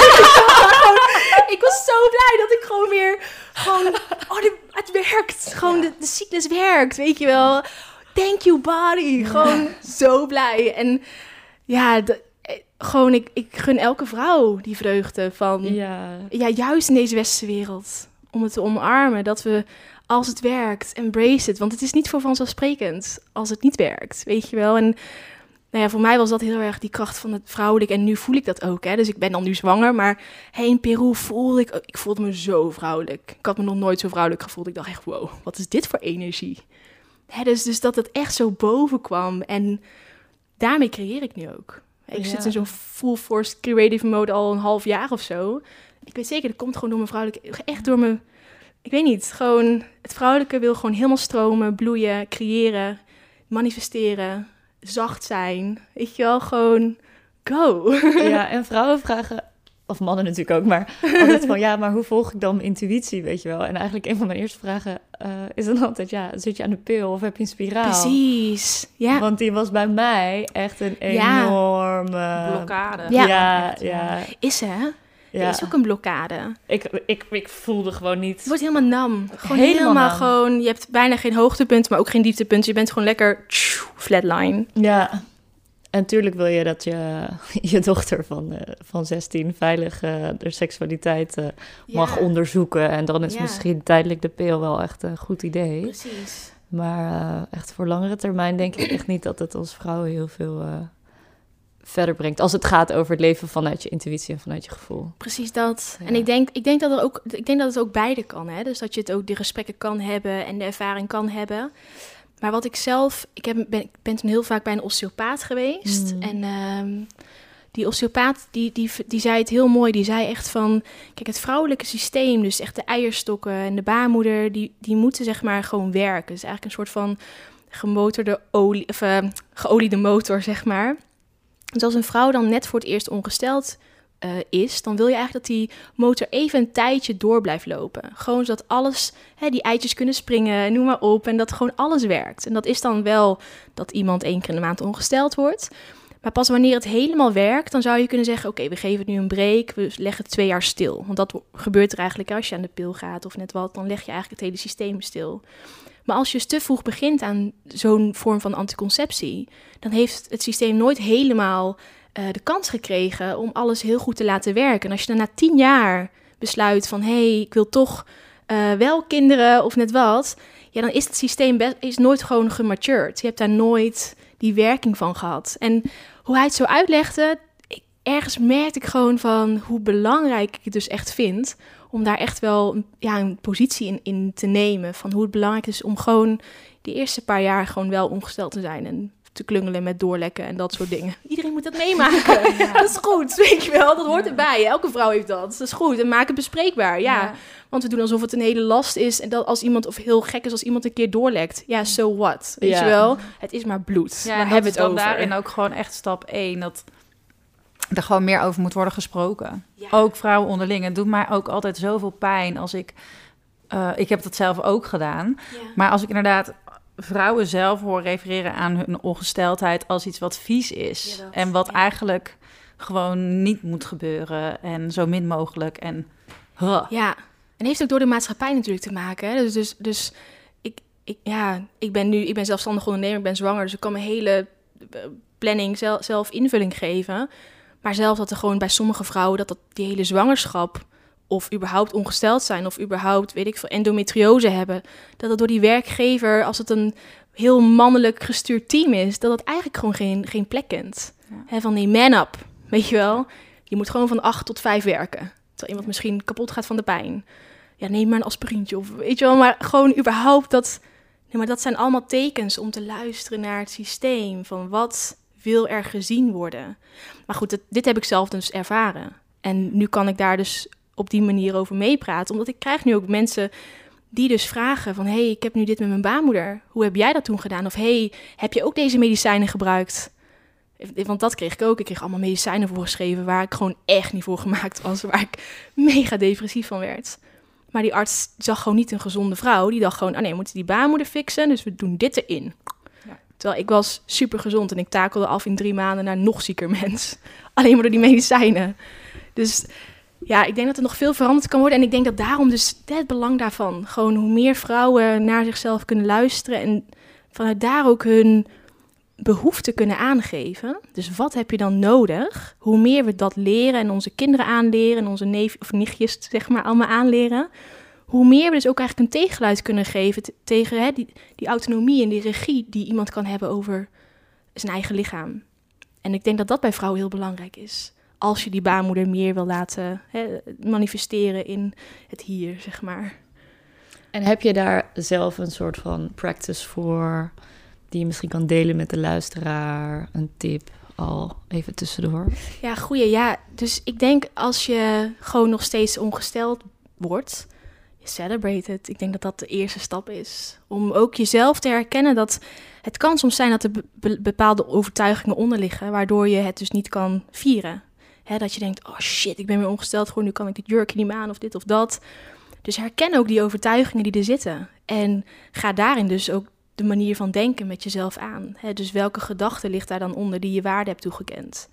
ik was zo blij dat ik gewoon weer, gewoon, oh, dit, het werkt. Gewoon, de, de cyclus werkt, weet je wel. Thank you, body. Gewoon zo blij. En ja, de, gewoon, ik, ik gun elke vrouw die vreugde van, Ja. ja, juist in deze westerse wereld, om het te omarmen, dat we, als het werkt, embrace het. Want het is niet voor vanzelfsprekend als het niet werkt, weet je wel. En nou ja, voor mij was dat heel erg die kracht van het vrouwelijk. En nu voel ik dat ook, hè. Dus ik ben dan nu zwanger, maar hey, in Peru voelde ik... Ik voelde me zo vrouwelijk. Ik had me nog nooit zo vrouwelijk gevoeld. Ik dacht echt, wow, wat is dit voor energie? Hè, dus, dus dat het echt zo boven kwam. En daarmee creëer ik nu ook. Ik Ja. zit in zo'n full force creative mode al een half jaar of zo. Ik weet zeker, dat komt gewoon door mijn vrouwelijke... Echt door mijn... Ik weet niet, gewoon... Het vrouwelijke wil gewoon helemaal stromen, bloeien, creëren, manifesteren, zacht zijn. Weet je wel, gewoon go. Ja, en vrouwen vragen, of mannen natuurlijk ook, maar altijd van, ja, maar hoe volg ik dan mijn intuïtie, weet je wel? En eigenlijk een van mijn eerste vragen uh, is dan altijd, ja, zit je aan de pil of heb je een spiraal? Precies, ja. Want die was bij mij echt een Ja. enorme... blokkade. Ja. Ja, Echt, ja, Is hè? ja. Er is ook een blokkade. Ik, ik, ik voelde gewoon niet... Het wordt helemaal nam. Gewoon Helemaal helemaal, nam. gewoon... Je hebt bijna geen hoogtepunt, maar ook geen dieptepunt. Je bent gewoon lekker tjoe, flatline. Ja, en natuurlijk wil je dat je je dochter van, uh, van zestien veilig uh, de seksualiteit uh, mag Ja, onderzoeken. En dan is Ja. misschien tijdelijk de pil wel echt een goed idee. precies. Maar uh, echt voor langere termijn denk ik echt niet dat het ons vrouwen heel veel uh, verder brengt. Als het gaat over het leven vanuit je intuïtie en vanuit je gevoel. Precies dat. Ja. En ik denk, ik denk dat er ook, ik denk dat het ook beide kan, hè. Dus dat je het ook de gesprekken kan hebben en de ervaring kan hebben. Maar wat ik zelf, ik heb, ben, ik ben toen heel vaak bij een osteopaat geweest. Mm. En um, die osteopaat, die, die, die zei het heel mooi. Die zei echt van, kijk, het vrouwelijke systeem, dus echt de eierstokken en de baarmoeder, die, die moeten zeg maar gewoon werken. Dus eigenlijk een soort van gemotorde olie, of uh, geoliede motor, zeg maar. Dus als een vrouw dan net voor het eerst ongesteld uh, is, dan wil je eigenlijk dat die motor even een tijdje door blijft lopen. Gewoon zodat alles, hè, die eitjes kunnen springen, noem maar op, en dat gewoon alles werkt. En dat is dan wel dat iemand één keer in de maand ongesteld wordt. Maar pas wanneer het helemaal werkt, dan zou je kunnen zeggen, oké, okay, we geven het nu een break, we leggen het twee jaar stil. Want dat gebeurt er eigenlijk als je aan de pil gaat of net wat, dan leg je eigenlijk het hele systeem stil. Maar als je dus te vroeg begint aan zo'n vorm van anticonceptie, dan heeft het systeem nooit helemaal uh, de kans gekregen om alles heel goed te laten werken. En als je dan na tien jaar besluit van, hé, hey, ik wil toch uh, wel kinderen of net wat, ja, dan is het systeem best, is nooit gewoon gematured. Je hebt daar nooit die werking van gehad. En hoe hij het zo uitlegde, ik, ergens merkte ik gewoon van hoe belangrijk ik het dus echt vind om daar echt wel een, ja, een positie in, in te nemen. Van hoe het belangrijk is om gewoon die eerste paar jaar gewoon wel ongesteld te zijn. En te klungelen met doorlekken en dat soort dingen. Iedereen moet dat meemaken. Ja. Dat is goed, weet je wel. Dat hoort ja. erbij. Elke vrouw heeft dat. Dat is goed. En maak het bespreekbaar, ja. ja. Want we doen alsof het een hele last is. En dat als iemand, of heel gek is als iemand een keer doorlekt. Ja, so what? Weet ja. je wel? Het is maar bloed. Ja, Daar hebben we het over. Daarin ook gewoon echt stap één. Dat er gewoon meer over moet worden gesproken. Ja. Ook vrouwen onderling. Het doet mij ook altijd zoveel pijn als ik... Uh, ik heb dat zelf ook gedaan. Ja. Maar als ik inderdaad vrouwen zelf hoor refereren aan hun ongesteldheid als iets wat vies is. Ja, dat, en wat ja. eigenlijk gewoon niet moet gebeuren. En zo min mogelijk. En huh. Ja, en heeft ook door de maatschappij natuurlijk te maken. Hè? Dus, dus, dus ik, ik, ja, ik ben nu ik ben zelfstandig ondernemer, ik ben zwanger. Dus ik kan mijn hele planning zelf, zelf invulling geven. Maar zelfs dat er gewoon bij sommige vrouwen... dat, dat die hele zwangerschap... of überhaupt ongesteld zijn... of überhaupt, weet ik veel, endometriose hebben... dat dat door die werkgever... als het een heel mannelijk gestuurd team is... dat dat eigenlijk gewoon geen, geen plek kent. Ja. He, van die man up, weet je wel. Je moet gewoon van acht tot vijf werken. Terwijl iemand misschien kapot gaat van de pijn. Ja, neem maar een aspirintje of weet je wel. Maar gewoon überhaupt dat... Nee, maar dat zijn allemaal tekens om te luisteren naar het systeem... van wat... wil er gezien worden. Maar goed, het, dit heb ik zelf dus ervaren. En nu kan ik daar dus op die manier over meepraten. Omdat ik krijg nu ook mensen die dus vragen van... hey, ik heb nu dit met mijn baarmoeder. Hoe heb jij dat toen gedaan? Of hey, heb je ook deze medicijnen gebruikt? Want dat kreeg ik ook. Ik kreeg allemaal medicijnen voorgeschreven... waar ik gewoon echt niet voor gemaakt was. Waar ik mega depressief van werd. Maar die arts zag gewoon niet een gezonde vrouw. Die dacht gewoon, oh nee, we moeten die baarmoeder fixen... dus we doen dit erin. Terwijl ik was super gezond en ik takelde af in drie maanden naar nog zieker mens. Alleen maar door die medicijnen. Dus ja, ik denk dat er nog veel veranderd kan worden. En ik denk dat daarom dus het belang daarvan... gewoon hoe meer vrouwen naar zichzelf kunnen luisteren... en vanuit daar ook hun behoeften kunnen aangeven. Dus wat heb je dan nodig? Hoe meer we dat leren en onze kinderen aanleren... en onze neef of nichtjes zeg maar allemaal aanleren... hoe meer we dus ook eigenlijk een tegengeluid kunnen geven... T- tegen hè, die, die autonomie en die regie die iemand kan hebben over zijn eigen lichaam. En ik denk dat dat bij vrouwen heel belangrijk is. Als je die baarmoeder meer wil laten hè, manifesteren in het hier, zeg maar. En heb je daar zelf een soort van practice voor... die je misschien kan delen met de luisteraar? Een tip al even tussendoor? Ja, goeie. Ja, dus ik denk als je gewoon nog steeds ongesteld wordt... celebrate it. Ik denk dat dat de eerste stap is. Om ook jezelf te herkennen dat... het kan soms zijn dat er be- bepaalde overtuigingen onder liggen... waardoor je het dus niet kan vieren. Hè, dat je denkt, oh shit, ik ben weer ongesteld geworden... nu kan ik dit jurkje niet meer aan of dit of dat. Dus herken ook die overtuigingen die er zitten. En ga daarin dus ook de manier van denken met jezelf aan. Hè, dus welke gedachte ligt daar dan onder die je waarde hebt toegekend?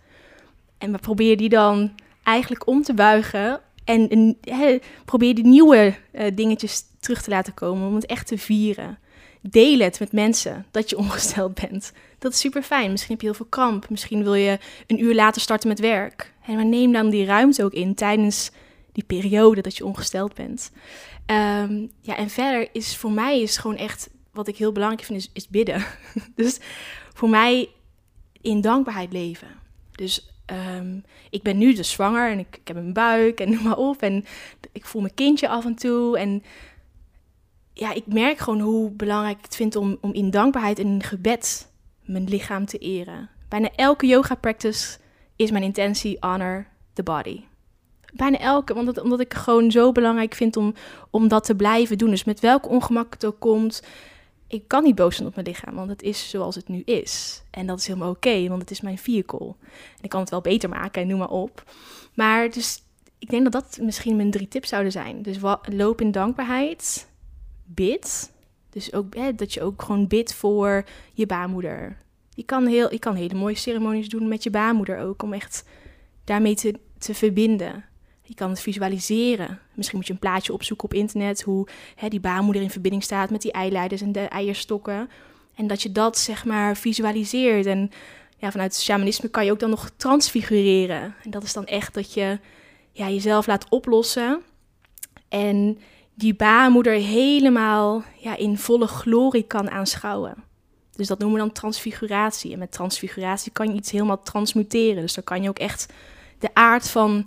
En probeer die dan eigenlijk om te buigen... En, en he, probeer die nieuwe uh, dingetjes terug te laten komen om het echt te vieren. Deel het met mensen dat je ongesteld bent. Dat is super fijn. Misschien heb je heel veel kramp. Misschien wil je een uur later starten met werk. En maar neem dan die ruimte ook in tijdens die periode dat je ongesteld bent. Um, ja, en verder is voor mij is gewoon echt, wat ik heel belangrijk vind, is, is bidden. Dus voor mij in dankbaarheid leven. Dus Um, ik ben nu dus zwanger en ik, ik heb een buik en noem maar op. En ik voel mijn kindje af en toe. En ja, ik merk gewoon hoe belangrijk ik het vind om, om in dankbaarheid en in gebed mijn lichaam te eren. Bijna elke yoga practice is mijn intentie honor the body. Bijna elke, want het, omdat ik het gewoon zo belangrijk vind om, om dat te blijven doen. Dus met welk ongemak het ook komt... ik kan niet boos zijn op mijn lichaam, want het is zoals het nu is. En dat is helemaal oké, okay, want het is mijn vehicle. En ik kan het wel beter maken en noem maar op. Maar dus, ik denk dat dat misschien mijn drie tips zouden zijn. Dus wa- loop in dankbaarheid, bid. Dus ook hè, dat je ook gewoon bidt voor je baarmoeder. Je kan, heel, je kan hele mooie ceremonies doen met je baarmoeder ook, om echt daarmee te, te verbinden. Je kan het visualiseren. Misschien moet je een plaatje opzoeken op internet... hoe hè, die baarmoeder in verbinding staat met die eileiders en de eierstokken. En dat je dat, zeg maar, visualiseert. En ja, vanuit het shamanisme kan je ook dan nog transfigureren. En dat is dan echt dat je ja, jezelf laat oplossen... en die baarmoeder helemaal ja, in volle glorie kan aanschouwen. Dus dat noemen we dan transfiguratie. En met transfiguratie kan je iets helemaal transmuteren. Dus dan kan je ook echt de aard van...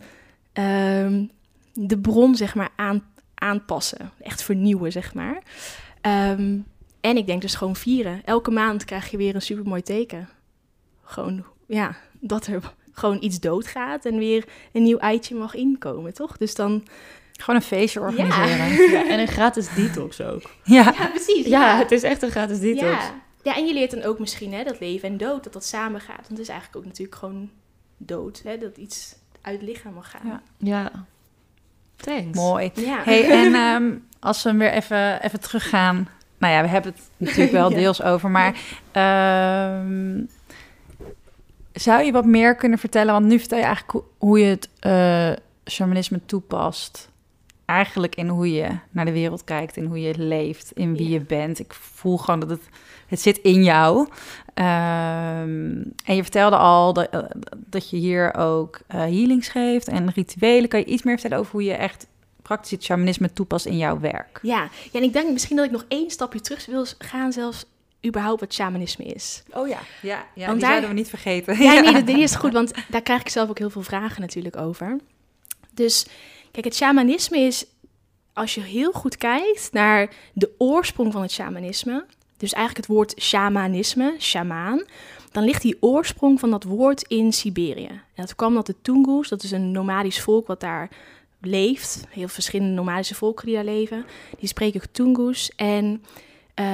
Um, de bron, zeg maar, aan, aanpassen. Echt vernieuwen, zeg maar. Um, En ik denk dus gewoon vieren. Elke maand krijg je weer een supermooi teken. Gewoon, ja, dat er gewoon iets doodgaat en weer een nieuw eitje mag inkomen, toch? Dus dan... Gewoon een feestje organiseren. Ja. Ja, en een gratis detox ook. Ja, Ja, precies. Ja, het is echt een gratis detox. Ja. Ja, en je leert dan ook misschien hè, dat leven en dood, dat dat samen gaat. Want het is eigenlijk ook natuurlijk gewoon dood, hè, dat iets uit het lichaam mag gaan. Ja. Ja. Thanks. mooi. Ja. Hey, en um, als we hem weer even, even teruggaan. Nou ja, we hebben het natuurlijk wel Ja. deels over, maar um, zou je wat meer kunnen vertellen? Want nu vertel je eigenlijk hoe, hoe je het uh, shamanisme toepast. Eigenlijk in hoe je naar de wereld kijkt, in hoe je leeft, in wie Ja. je bent. Ik voel gewoon dat het, het zit in jou. Um, en je vertelde al dat, uh, dat je hier ook uh, healings geeft en rituelen. Kan je iets meer vertellen over hoe je echt praktisch het shamanisme toepast in jouw werk? Ja. Ja, en ik denk misschien dat ik nog één stapje terug wil gaan, zelfs überhaupt wat shamanisme is. Oh ja, ja, ja Want die daar- zouden we niet vergeten. Ja, nee, dat, die is goed, want daar krijg ik zelf ook heel veel vragen natuurlijk over. Dus kijk, het shamanisme is, als je heel goed kijkt naar de oorsprong van het shamanisme, dus eigenlijk het woord shamanisme, shamaan, dan ligt die oorsprong van dat woord in Siberië. En dat kwam dat de Tungus, dat is een nomadisch volk wat daar leeft, heel verschillende nomadische volken die daar leven, die spreken Tungus en uh,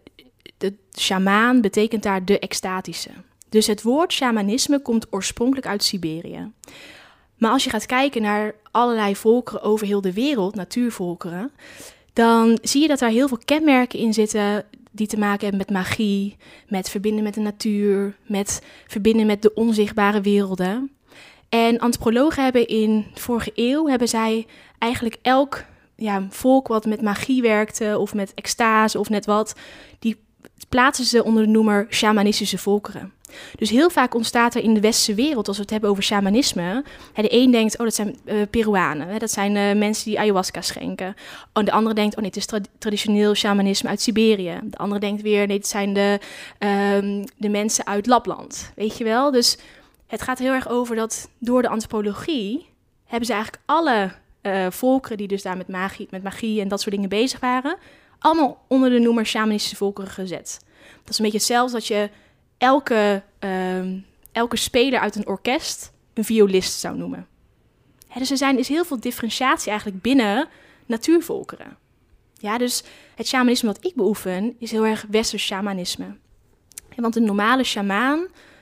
de shamaan betekent daar de extatische. Dus het woord shamanisme komt oorspronkelijk uit Siberië. Maar als je gaat kijken naar allerlei volkeren over heel de wereld, natuurvolkeren, dan zie je dat daar heel veel kenmerken in zitten die te maken hebben met magie, met verbinden met de natuur, met verbinden met de onzichtbare werelden. En antropologen hebben in de vorige eeuw, hebben zij eigenlijk elk ja, volk wat met magie werkte of met extase of net wat, die plaatsen ze onder de noemer shamanistische volkeren. Dus heel vaak ontstaat er in de westerse wereld, als we het hebben over shamanisme, hè, de een denkt, oh, dat zijn uh, Peruanen, hè, dat zijn uh, mensen die ayahuasca schenken. En de andere denkt, oh nee, het is tra- traditioneel shamanisme uit Siberië. De andere denkt weer, nee, het zijn de, um, de mensen uit Lapland, weet je wel. Dus het gaat heel erg over dat door de antropologie hebben ze eigenlijk alle uh, volkeren die dus daar met magie, met magie en dat soort dingen bezig waren, allemaal onder de noemer shamanistische volkeren gezet. Dat is een beetje hetzelfde dat je elke, um, elke speler uit een orkest een violist zou noemen. Hè, dus er zijn, is heel veel differentiatie eigenlijk binnen natuurvolkeren. Ja, dus het shamanisme wat ik beoefen is heel erg westers shamanisme. En want een normale shamaan,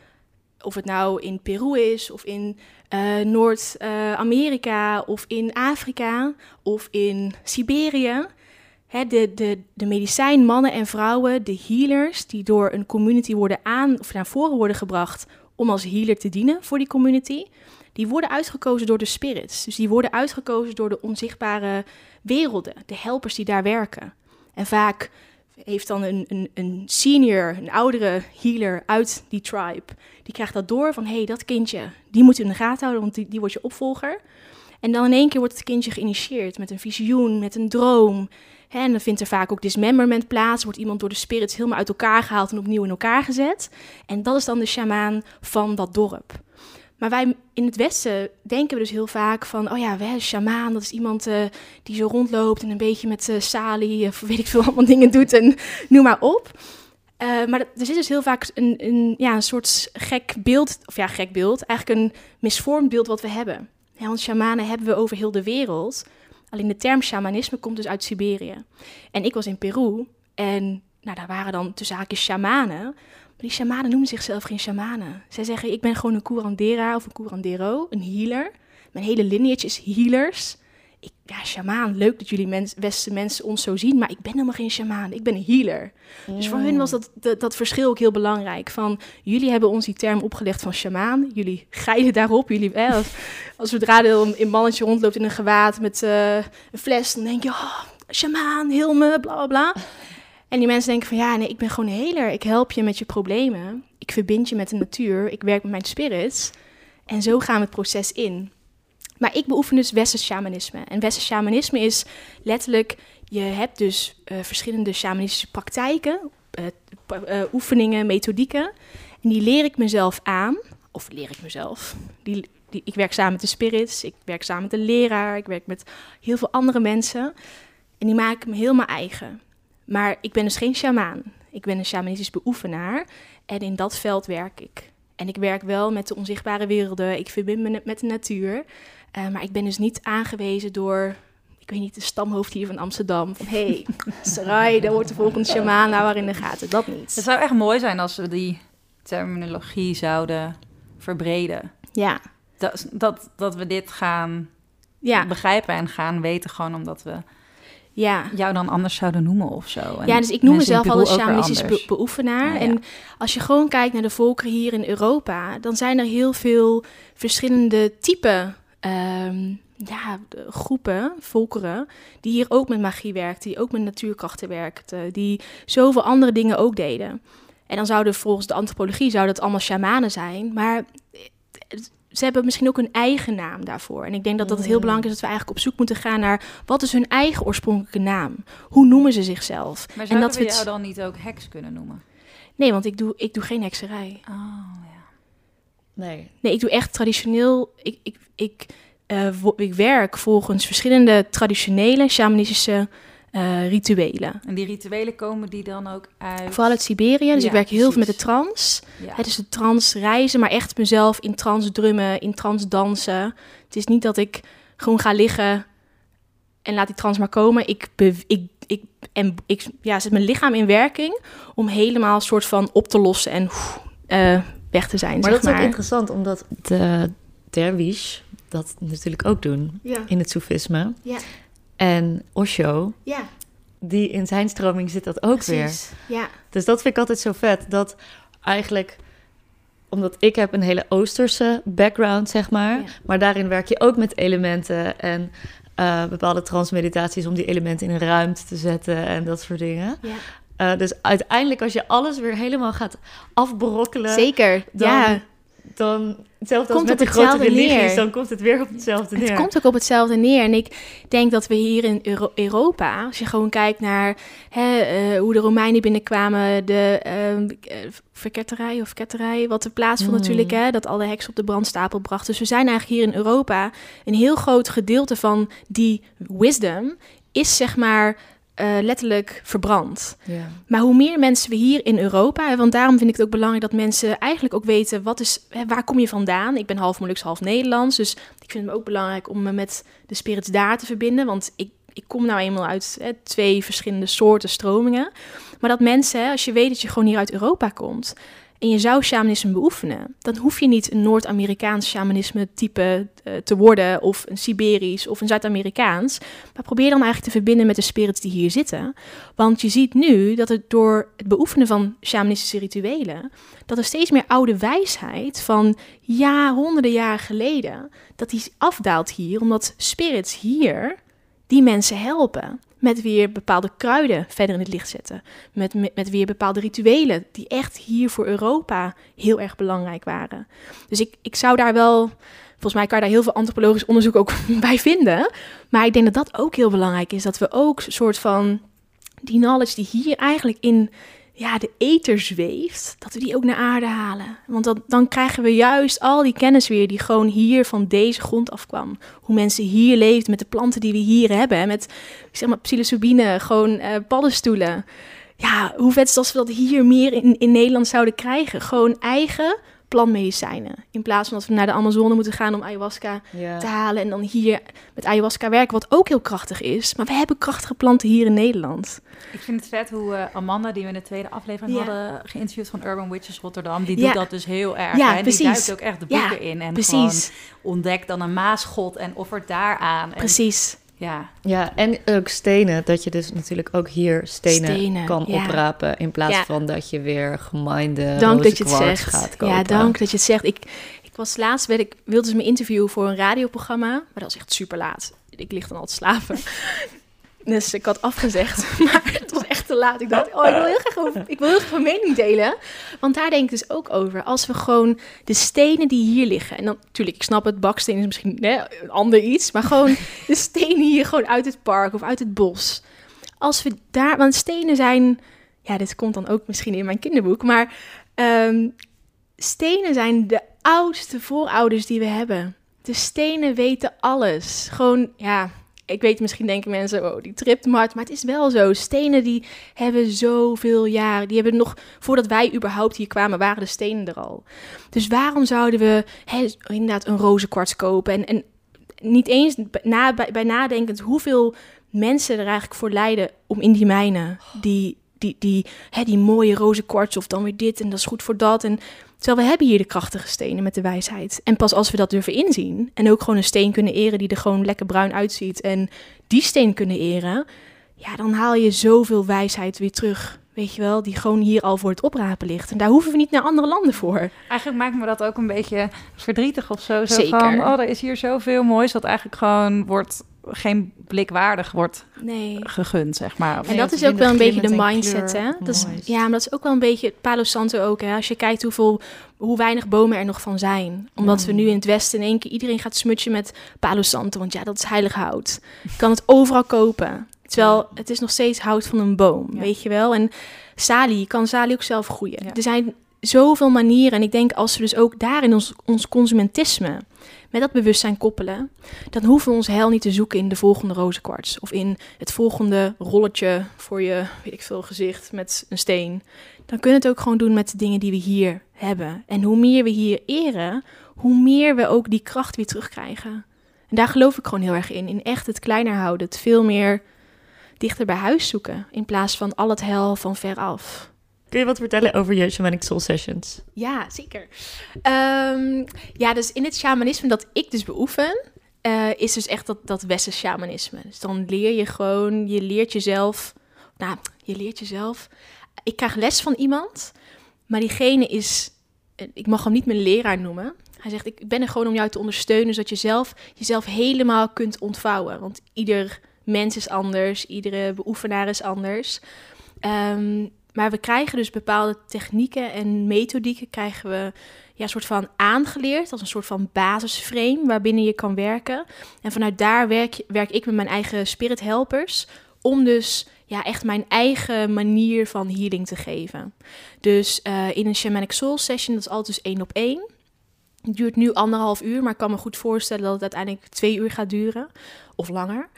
of het nou in Peru is, of in uh, Noord-Amerika, uh, of in Afrika, of in Siberië, He, de, de, de medicijnmannen en vrouwen, de healers, die door een community worden aan, of naar voren worden gebracht om als healer te dienen voor die community, die worden uitgekozen door de spirits. Dus die worden uitgekozen door de onzichtbare werelden, de helpers die daar werken. En vaak heeft dan een, een, een senior, een oudere healer uit die tribe, die krijgt dat door van, hé, hey, dat kindje, die moet je in de gaten houden, want die, die wordt je opvolger. En dan in één keer wordt het kindje geïnitieerd met een visioen, met een droom. He, en dan vindt er vaak ook dismemberment plaats. Wordt iemand door de spirits helemaal uit elkaar gehaald en opnieuw in elkaar gezet. En dat is dan de shamaan van dat dorp. Maar wij in het Westen denken we dus heel vaak van, oh ja, een shamaan, dat is iemand uh, die zo rondloopt en een beetje met uh, salie, of weet ik veel, allemaal dingen doet en noem maar op. Uh, maar er zit dus heel vaak een, een, ja, een soort gek beeld, of ja, gek beeld, eigenlijk een misvormd beeld wat we hebben. Ja, want shamanen hebben we over heel de wereld. Alleen de term shamanisme komt dus uit Siberië. En ik was in Peru en nou, daar waren dan tussen haakjes shamanen. Maar die shamanen noemen zichzelf geen shamanen. Zij zeggen, ik ben gewoon een curandera of een curandero, een healer. Mijn hele lineage is healers. Ik, ja, shamaan, leuk dat jullie mens, westerse mensen ons zo zien, maar ik ben helemaal geen shamaan, ik ben een healer. Mm. Dus voor hun was dat, dat, dat verschil ook heel belangrijk. Van, jullie hebben ons die term opgelegd van shamaan, jullie geilen daarop. Jullie, eh, als, als zodra er een mannetje rondloopt in een gewaad met uh, een fles, dan denk je, oh, shamaan, heel me, bla bla bla. En die mensen denken van, ja, nee, ik ben gewoon een healer. Ik help je met je problemen. Ik verbind je met de natuur. Ik werk met mijn spirits. En zo gaan we het proces in. Maar ik beoefen dus westers shamanisme. En westers shamanisme is letterlijk, je hebt dus uh, verschillende shamanistische praktijken, uh, uh, oefeningen, methodieken. En die leer ik mezelf aan, of leer ik mezelf. Die, die, ik werk samen met de spirits, ik werk samen met de leraar, ik werk met heel veel andere mensen. En die maak ik me helemaal eigen. Maar ik ben dus geen sjamaan. Ik ben een shamanistisch beoefenaar. En in dat veld werk ik. En ik werk wel met de onzichtbare werelden. Ik verbind me met de natuur. Uh, maar ik ben dus niet aangewezen door... ik weet niet, de stamhoofd hier van Amsterdam. Van, hé, hey, Sarai, daar wordt de volgende sjamaan, nou waar in de gaten. Dat niet. Het zou echt mooi zijn als we die terminologie zouden verbreden. Ja. Dat, dat, dat we dit gaan ja. begrijpen en gaan weten gewoon omdat we ja. jou dan anders zouden noemen of zo. En ja, dus ik noem mezelf al een ook shamanistisch be- beoefenaar. Ja, ja. En als je gewoon kijkt naar de volkeren hier in Europa, dan zijn er heel veel verschillende typen um, ja, groepen, volkeren, die hier ook met magie werkten, die ook met natuurkrachten werkten, die zoveel andere dingen ook deden. En dan zouden volgens de antropologie zouden het allemaal shamanen zijn, maar ze hebben misschien ook een eigen naam daarvoor. En ik denk dat dat het heel belangrijk is dat we eigenlijk op zoek moeten gaan naar wat is hun eigen oorspronkelijke naam? Hoe noemen ze zichzelf? Maar en zouden dat we we jou het... dan niet ook heks kunnen noemen? Nee, want ik doe, ik doe geen hekserij. Oh, ja. Nee. Nee, ik doe echt traditioneel... Ik, ik, ik, uh, wo- ik werk volgens verschillende traditionele shamanistische uh, rituelen. En die rituelen komen die dan ook uit... Vooral uit Siberië, dus Ja, ik werk heel precies. veel met de trance. Ja. Het is de trance reizen, maar echt mezelf in trance drummen, in trance dansen. Het is niet dat ik gewoon ga liggen en laat die trance maar komen. Ik, be- ik, ik, en ik ja, zet mijn lichaam in werking om helemaal soort van op te lossen en uh, weg te zijn. Maar zeg dat is maar. ook interessant, omdat de derwish dat natuurlijk ook doen Ja. in het soefisme. Ja. En Osho, Ja, die in zijn stroming zit dat ook precies. weer. Ja. Dus dat vind ik altijd zo vet, dat eigenlijk... Omdat ik heb een hele Oosterse background, zeg maar. Ja. Maar daarin werk je ook met elementen en uh, bepaalde transmeditaties om die elementen in een ruimte te zetten en dat soort dingen. Ja. Uh, dus uiteindelijk als je alles weer helemaal gaat afbrokkelen... Zeker, dan, ja. dan hetzelfde als Komt met op de grote hetzelfde religies, neer. dan komt het weer op hetzelfde neer. Het komt ook op hetzelfde neer. En ik denk dat we hier in Euro- Europa, als je gewoon kijkt naar hè, uh, hoe de Romeinen binnenkwamen, de uh, verketterij of ketterij, wat er plaatsvond Mm. natuurlijk, hè, dat alle heksen op de brandstapel brachten. Dus we zijn eigenlijk hier in Europa, een heel groot gedeelte van die wisdom is zeg maar uh, letterlijk verbrand. Ja. Maar hoe meer mensen we hier in Europa, hè, want daarom vind ik het ook belangrijk dat mensen eigenlijk ook weten, wat is, hè, waar kom je vandaan? Ik ben half Molukse, half Nederlands, dus ik vind het ook belangrijk om me met de spirits daar te verbinden, want ik, ik kom nou eenmaal uit hè, twee verschillende soorten stromingen. Maar dat mensen, hè, als je weet dat je gewoon hier uit Europa komt en je zou shamanisme beoefenen, dan hoef je niet een Noord-Amerikaans shamanisme type uh, te worden of een Siberisch of een Zuid-Amerikaans. Maar probeer dan eigenlijk te verbinden met de spirits die hier zitten. Want je ziet nu dat het door het beoefenen van shamanistische rituelen, dat er steeds meer oude wijsheid van ja, honderden jaren geleden, dat die afdaalt hier, omdat spirits hier die mensen helpen. Met weer bepaalde kruiden verder in het licht zetten. Met, met, met weer bepaalde rituelen die echt hier voor Europa heel erg belangrijk waren. Dus ik, ik zou daar wel... Volgens mij kan je daar heel veel antropologisch onderzoek ook bij vinden. Maar ik denk dat dat ook heel belangrijk is. Dat we ook een soort van die knowledge die hier eigenlijk in ja, de ether zweeft, dat we die ook naar aarde halen. Want dat, dan krijgen we juist al die kennis weer die gewoon hier van deze grond afkwam. Hoe mensen hier leefden met de planten die we hier hebben. Met, ik zeg maar, psilocybine, gewoon uh, paddenstoelen. Ja, hoe vet is het als we dat hier meer in, in Nederland zouden krijgen. Gewoon eigen plantmedicijnen. In plaats van dat we naar de Amazone moeten gaan om ayahuasca Ja. te halen. En dan hier met ayahuasca werken, wat ook heel krachtig is. Maar we hebben krachtige planten hier in Nederland. Ik vind het vet hoe uh, Amanda, die we in de tweede aflevering Ja. hadden geïnterviewd van Urban Witches Rotterdam, die Ja. doet dat dus heel erg. Ja, hè? En die precies. duikt ook echt de boeken Ja, in en precies. gewoon ontdekt dan een maasgod en offert daaraan. En, Precies. ja. Ja, en ook stenen. Dat je dus natuurlijk ook hier stenen, Stenen, kan ja. oprapen. In plaats Ja. van dat je weer geminde Dank dat je het rozenkwarts zegt. gaat kopen. Ja, dank dat je het zegt. Ik, ik was laatst, werd ik, wilde ze me interviewen voor een radioprogramma. Maar dat was echt super laat. Ik lig dan al te slapen. Dus ik had afgezegd. Maar het was echt te laat. Ik dacht, oh, ik wil heel graag, over, ik wil heel graag mijn mening delen. Want daar denk ik dus ook over. Als we gewoon de stenen die hier liggen. En dan, natuurlijk, ik snap het, baksteen is misschien hè, een ander iets. Maar gewoon de stenen hier gewoon uit het park of uit het bos. Als we daar, want stenen zijn, ja, dit komt dan ook misschien in mijn kinderboek. Maar um, stenen zijn de oudste voorouders die we hebben. De stenen weten alles. Gewoon, ja, ik weet, misschien denken mensen, oh, die tript maar, maar het is wel zo. Stenen die hebben zoveel jaren, die hebben nog, voordat wij überhaupt hier kwamen, waren de stenen er al. Dus waarom zouden we hè, inderdaad een rozenkwarts kopen? En, en niet eens na, bij, bij nadenkend hoeveel mensen er eigenlijk voor lijden om in die mijnen, die, die, die, hè, die mooie rozenkwarts of dan weer dit en dat is goed voor dat. En terwijl we hebben hier de krachtige stenen met de wijsheid. En pas als we dat durven inzien en ook gewoon een steen kunnen eren die er gewoon lekker bruin uitziet en die steen kunnen eren, ja, dan haal je zoveel wijsheid weer terug, weet je wel, die gewoon hier al voor het oprapen ligt. En daar hoeven we niet naar andere landen voor. Eigenlijk maakt me dat ook een beetje verdrietig of zo. Zo Zeker. van, oh, er is hier zoveel moois dat eigenlijk gewoon wordt geen blikwaardig wordt Nee. gegund, zeg maar. Of En dat of is ook wel een beetje de glimmend en mindset, hè? kleur. Dat is, Mooi. ja, maar dat is ook wel een beetje Palo Santo ook, hè? Als je kijkt hoeveel, hoe weinig bomen er nog van zijn. Omdat Ja. we nu in het Westen in één keer iedereen gaat smutsen met Palo Santo, want ja, dat is heilig hout. Je kan het overal kopen. Terwijl het is nog steeds hout van een boom, Ja. weet je wel? En salie, je kan salie ook zelf groeien. Ja. Er zijn zoveel manieren. En ik denk als we dus ook daarin ons, ons consumentisme met dat bewustzijn koppelen, dan hoeven we ons heil niet te zoeken in de volgende rozenkwarts of in het volgende rolletje voor je, weet ik veel, gezicht met een steen. Dan kunnen we het ook gewoon doen met de dingen die we hier hebben. En hoe meer we hier eren, hoe meer we ook die kracht weer terugkrijgen. En daar geloof ik gewoon heel erg in. In echt het kleiner houden, het veel meer dichter bij huis zoeken, in plaats van al het hel van ver af. Kun je wat vertellen over je Shamanic Soul Sessions? Ja, zeker. Um, ja, dus in het shamanisme dat ik dus beoefen, uh, is dus echt dat, dat westers shamanisme. Dus dan leer je gewoon, je leert jezelf, nou, je leert jezelf. Ik krijg les van iemand, maar diegene is, ik mag hem niet mijn leraar noemen. Hij zegt, ik ben er gewoon om jou te ondersteunen, zodat je zelf, jezelf helemaal kunt ontvouwen. Want ieder mens is anders, iedere beoefenaar is anders. Um, Maar we krijgen dus bepaalde technieken en methodieken krijgen we ja, een soort van aangeleerd als een soort van basisframe waarbinnen je kan werken. En vanuit daar werk, werk ik met mijn eigen spirit helpers om dus ja, echt mijn eigen manier van healing te geven. Dus uh, in een Shamanic Soul Session, dat is altijd dus één op één. Het duurt nu anderhalf uur, maar ik kan me goed voorstellen dat het uiteindelijk twee uur gaat duren of langer.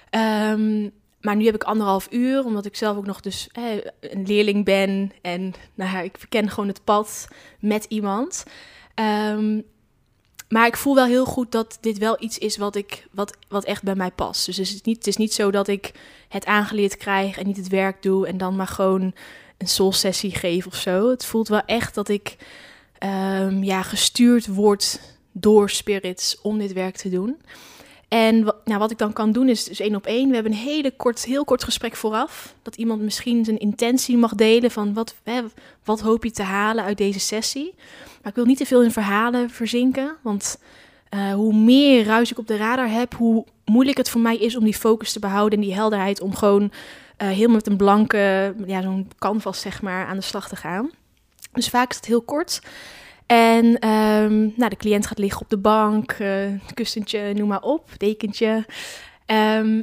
Um, Maar nu heb ik anderhalf uur, omdat ik zelf ook nog dus eh, een leerling ben. En nou ja, ik verken gewoon het pad met iemand. Um, maar ik voel wel heel goed dat dit wel iets is wat, ik, wat, wat echt bij mij past. Dus het is, niet, het is niet zo dat ik het aangeleerd krijg en niet het werk doe en dan maar gewoon een soul sessie geef of zo. Het voelt wel echt dat ik um, ja, gestuurd word door spirits om dit werk te doen. En wat, nou, wat ik dan kan doen is dus één op één. We hebben een hele kort, heel kort gesprek vooraf. Dat iemand misschien zijn intentie mag delen van wat, hè, wat hoop je te halen uit deze sessie. Maar ik wil niet te veel in verhalen verzinken. Want uh, hoe meer ruis ik op de radar heb, hoe moeilijk het voor mij is om die focus te behouden en die helderheid. Om gewoon uh, helemaal met een blanke, ja, zo'n canvas zeg maar, aan de slag te gaan. Dus vaak is het heel kort. En um, nou, de cliënt gaat liggen op de bank, uh, kussentje, noem maar op, dekentje. Um,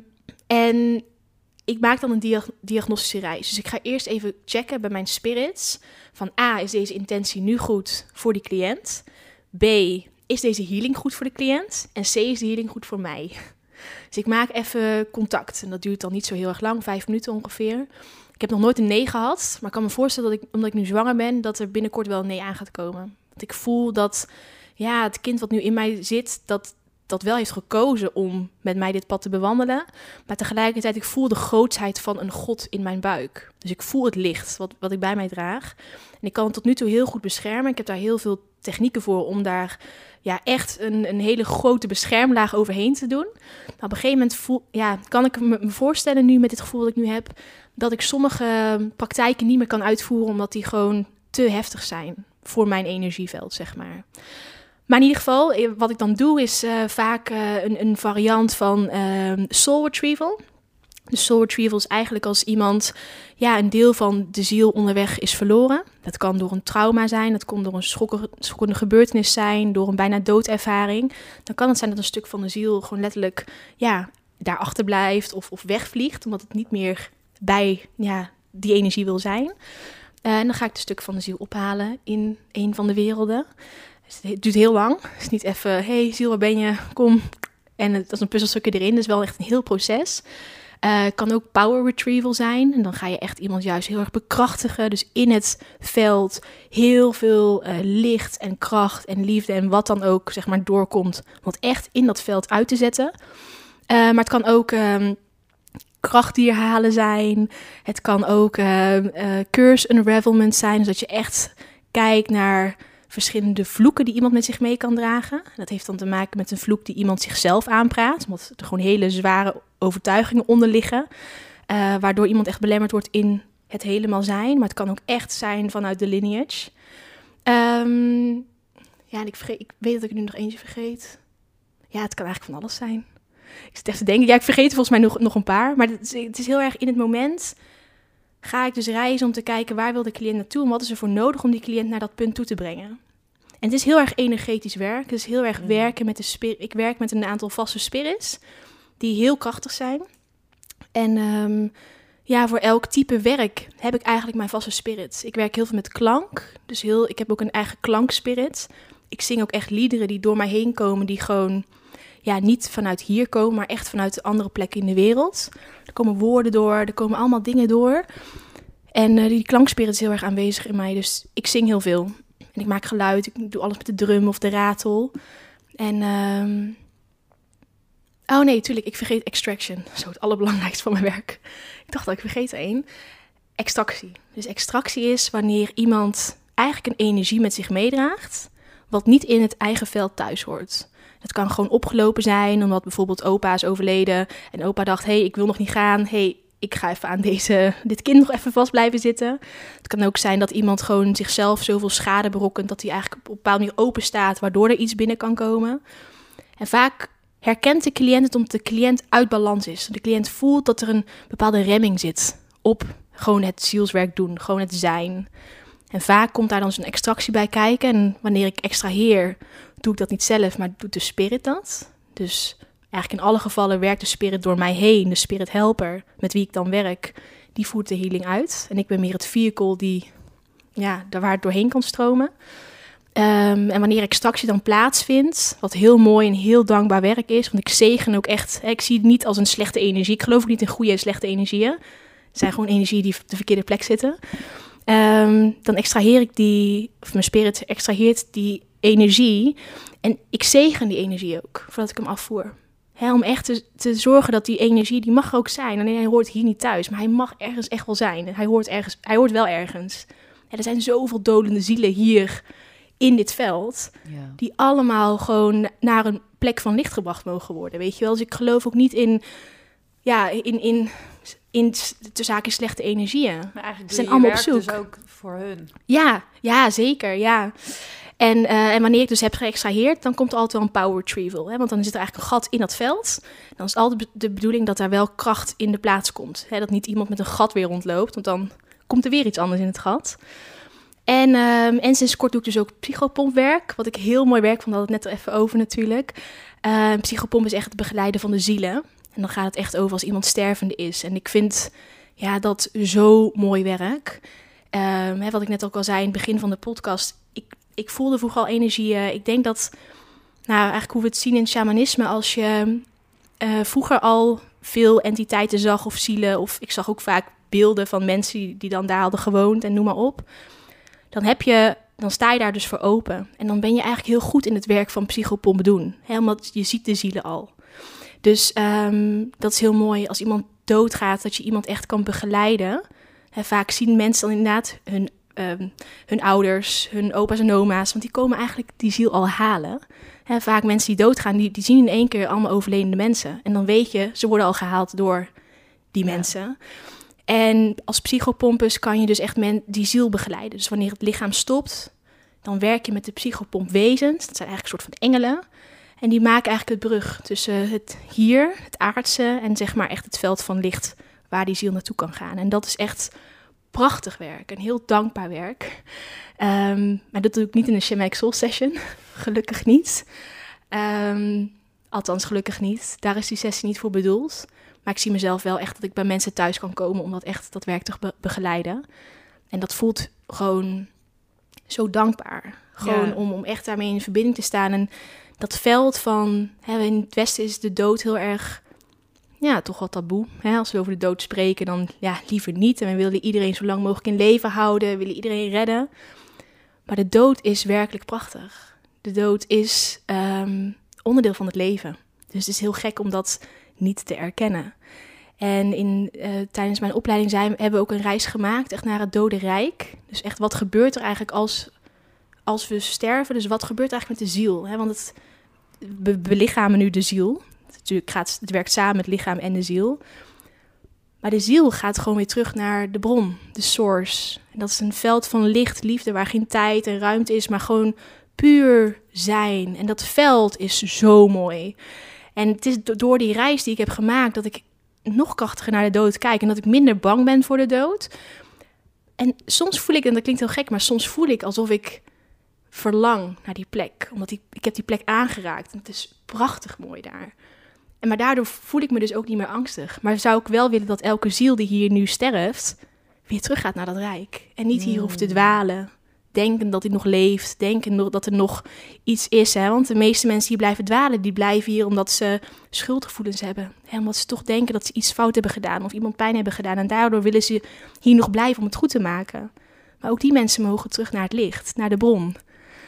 en ik maak dan een diag- diagnostische reis. Dus ik ga eerst even checken bij mijn spirits. Van A, is deze intentie nu goed voor die cliënt? B, is deze healing goed voor de cliënt? En C, is de healing goed voor mij? Dus ik maak even contact. En dat duurt dan niet zo heel erg lang, vijf minuten ongeveer. Ik heb nog nooit een nee gehad. Maar ik kan me voorstellen dat ik, omdat ik nu zwanger ben, dat er binnenkort wel een nee aan gaat komen. Want ik voel dat ja, het kind wat nu in mij zit, dat, dat wel heeft gekozen om met mij dit pad te bewandelen. Maar tegelijkertijd, ik voel de grootsheid van een God in mijn buik. Dus ik voel het licht wat, wat ik bij mij draag. En ik kan het tot nu toe heel goed beschermen. Ik heb daar heel veel technieken voor om daar ja, echt een, een hele grote beschermlaag overheen te doen. Nou, op een gegeven moment voel, ja, kan ik me voorstellen nu met dit gevoel dat ik nu heb, dat ik sommige praktijken niet meer kan uitvoeren omdat die gewoon te heftig zijn voor mijn energieveld, zeg maar. Maar in ieder geval, wat ik dan doe is uh, vaak uh, een, een variant van uh, soul retrieval. De soul retrieval is eigenlijk als iemand ja, een deel van de ziel onderweg is verloren. Dat kan door een trauma zijn, dat kan door een schokkende, schokkende gebeurtenis zijn, door een bijna doodervaring. Dan kan het zijn dat een stuk van de ziel gewoon letterlijk ja, daar achterblijft of, of wegvliegt, omdat het niet meer bij ja, die energie wil zijn. Uh, en dan ga ik het stuk van de ziel ophalen in een van de werelden. Dus het duurt heel lang. Het is niet even, hey ziel, waar ben je? Kom, En het is een puzzelstukje erin, dus wel echt een heel proces. Het uh, kan ook power retrieval zijn. En dan ga je echt iemand juist heel erg bekrachtigen. Dus in het veld heel veel uh, licht en kracht en liefde en wat dan ook, zeg maar, doorkomt. Om het echt in dat veld uit te zetten. Uh, maar het kan ook um, krachtdier halen zijn. Het kan ook uh, uh, curse unravelment zijn. Dus dat je echt kijkt naar verschillende vloeken die iemand met zich mee kan dragen. Dat heeft dan te maken met een vloek die iemand zichzelf aanpraat. Omdat er gewoon hele zware overtuigingen onder liggen. Uh, waardoor iemand echt belemmerd wordt in het helemaal zijn. Maar het kan ook echt zijn vanuit de lineage. Um, ja, en ik, vergeet, ik weet dat ik nu nog eentje vergeet. Ja, het kan eigenlijk van alles zijn. Ik zit even te denken. Ja, ik vergeet volgens mij nog, nog een paar. Maar het is, het is heel erg in het moment. Ga ik dus reizen om te kijken waar wil de cliënt naartoe. En wat is er voor nodig om die cliënt naar dat punt toe te brengen. En het is heel erg energetisch werk. Het is heel erg mm. werken met de spirit. Ik werk met een aantal vaste spirits. Die heel krachtig zijn. En um, ja, voor elk type werk heb ik eigenlijk mijn vaste spirits. Ik werk heel veel met klank. Dus heel, ik heb ook een eigen klankspirit. Ik zing ook echt liederen die door mij heen komen. Die gewoon ja, niet vanuit hier komen, maar echt vanuit andere plekken in de wereld. Er komen woorden door, er komen allemaal dingen door. En uh, die klankspirit is heel erg aanwezig in mij. Dus ik zing heel veel. En ik maak geluid. Ik doe alles met de drum of de ratel. En um... oh nee, tuurlijk, ik vergeet extraction. Zo het allerbelangrijkste van mijn werk. Ik dacht dat ik vergeet er één. Extractie. Dus extractie is wanneer iemand eigenlijk een energie met zich meedraagt, wat niet in het eigen veld thuis hoort. Het kan gewoon opgelopen zijn, omdat bijvoorbeeld opa is overleden. En opa dacht, hé, hey, ik wil nog niet gaan. Hé, hey, ik ga even aan deze, dit kind nog even vast blijven zitten. Het kan ook zijn dat iemand gewoon zichzelf zoveel schade berokkent, dat hij eigenlijk op een bepaalde manier open staat, waardoor er iets binnen kan komen. En vaak herkent de cliënt het omdat de cliënt uit balans is. De cliënt voelt dat er een bepaalde remming zit op gewoon het zielswerk doen, gewoon het zijn. En vaak komt daar dan zo'n extractie bij kijken. En wanneer ik extraheer, doe ik dat niet zelf, maar doet de spirit dat. Dus eigenlijk in alle gevallen werkt de spirit door mij heen. De spirit helper, met wie ik dan werk, die voert de healing uit. En ik ben meer het vehicle die, ja, daar waar het doorheen kan stromen. Um, en wanneer extractie dan plaatsvindt, wat heel mooi en heel dankbaar werk is, want ik zegen ook echt, hè, ik zie het niet als een slechte energie. Ik geloof ook niet in goede en slechte energieën. Het zijn gewoon energieën die op de verkeerde plek zitten. Um, dan extraheer ik die, of mijn spirit extraheert die energie en ik zegen die energie ook, voordat ik hem afvoer. Hè, om echt te, te zorgen dat die energie, die mag er ook zijn. En hij hoort hier niet thuis, maar hij mag ergens echt wel zijn. Hij hoort, ergens, hij hoort wel ergens. Ja, er zijn zoveel dolende zielen hier in dit veld, ja, die allemaal gewoon naar een plek van licht gebracht mogen worden, weet je wel. Dus ik geloof ook niet in, ja, in, in, in de zaken slechte energieën. Maar eigenlijk zijn allemaal op zoek. Dus ook voor hun. Ja, ja, zeker, ja. En, uh, en wanneer ik dus heb geëxtraheerd, dan komt er altijd wel een power retrieval, hè? Want dan zit er eigenlijk een gat in dat veld. Dan is altijd de bedoeling dat daar wel kracht in de plaats komt, hè? Dat niet iemand met een gat weer rondloopt, want dan komt er weer iets anders in het gat. En, um, en sinds kort doe ik dus ook psychopompwerk, wat ik heel mooi werk vond, dat het net er even over natuurlijk. Uh, psychopomp is echt het begeleiden van de zielen. En dan gaat het echt over als iemand stervende is. En ik vind ja, dat zo mooi werk. Um, hè, wat ik net ook al zei in het begin van de podcast. Ik, ik voelde vroeger al energieën. Ik denk dat, nou eigenlijk hoe we het zien in het shamanisme, als je uh, vroeger al veel entiteiten zag of zielen, of ik zag ook vaak beelden van mensen die, die dan daar hadden gewoond en noem maar op. Dan, heb je, dan sta je daar dus voor open. En dan ben je eigenlijk heel goed in het werk van psychopompen doen. Hè, omdat je ziet de zielen al. Dus um, dat is heel mooi als iemand doodgaat, dat je iemand echt kan begeleiden. Hè, vaak zien mensen dan inderdaad hun, um, hun ouders, hun opa's en oma's. Want die komen eigenlijk die ziel al halen. Hè, vaak mensen die doodgaan, die, die zien in één keer allemaal overledene mensen. En dan weet je, ze worden al gehaald door die ja. mensen. En als psychopompus kan je dus echt men, die ziel begeleiden. Dus wanneer het lichaam stopt, dan werk je met de psychopompwezens. Dat zijn eigenlijk een soort van engelen. En die maken eigenlijk het brug tussen het hier, het aardse, en zeg maar echt het veld van licht waar die ziel naartoe kan gaan. En dat is echt prachtig werk, een heel dankbaar werk. Um, maar dat doe ik niet in een Shamanic Soul Session, gelukkig niet. Um, althans, gelukkig niet. Daar is die sessie niet voor bedoeld. Maar ik zie mezelf wel echt dat ik bij mensen thuis kan komen om dat echt dat werk te be- begeleiden. En dat voelt gewoon zo dankbaar. Gewoon ja. om, om echt daarmee in verbinding te staan. En dat veld van... Hè, in het Westen is de dood heel erg... Ja, toch wel taboe. Hè? Als we over de dood spreken, dan ja, liever niet. En we willen iedereen zo lang mogelijk in leven houden. We willen iedereen redden. Maar de dood is werkelijk prachtig. De dood is um, onderdeel van het leven. Dus het is heel gek om dat niet te erkennen. En in, uh, tijdens mijn opleiding zijn, hebben we ook een reis gemaakt echt naar het dodenrijk. Dus echt, wat gebeurt er eigenlijk als, als we sterven? Dus wat gebeurt er eigenlijk met de ziel? Hè? Want het, we belichamen nu de ziel. Natuurlijk gaat het werkt samen met het lichaam en de ziel. Maar de ziel gaat gewoon weer terug naar de bron, de source. En dat is een veld van licht, liefde, waar geen tijd en ruimte is, maar gewoon puur zijn. En dat veld is zo mooi. En het is door die reis die ik heb gemaakt dat ik nog krachtiger naar de dood kijk en dat ik minder bang ben voor de dood. En soms voel ik, en dat klinkt heel gek, maar soms voel ik alsof ik verlang naar die plek. Omdat ik, ik heb die plek aangeraakt en het is prachtig mooi daar. En maar daardoor voel ik me dus ook niet meer angstig. Maar zou ik wel willen dat elke ziel die hier nu sterft weer teruggaat naar dat rijk. En niet hier hoeft te dwalen. Denken dat hij nog leeft. Denken dat er nog iets is. Hè? Want de meeste mensen die blijven dwalen, die blijven hier omdat ze schuldgevoelens hebben. Hè? Omdat ze toch denken dat ze iets fout hebben gedaan of iemand pijn hebben gedaan. En daardoor willen ze hier nog blijven om het goed te maken. Maar ook die mensen mogen terug naar het licht, naar de bron.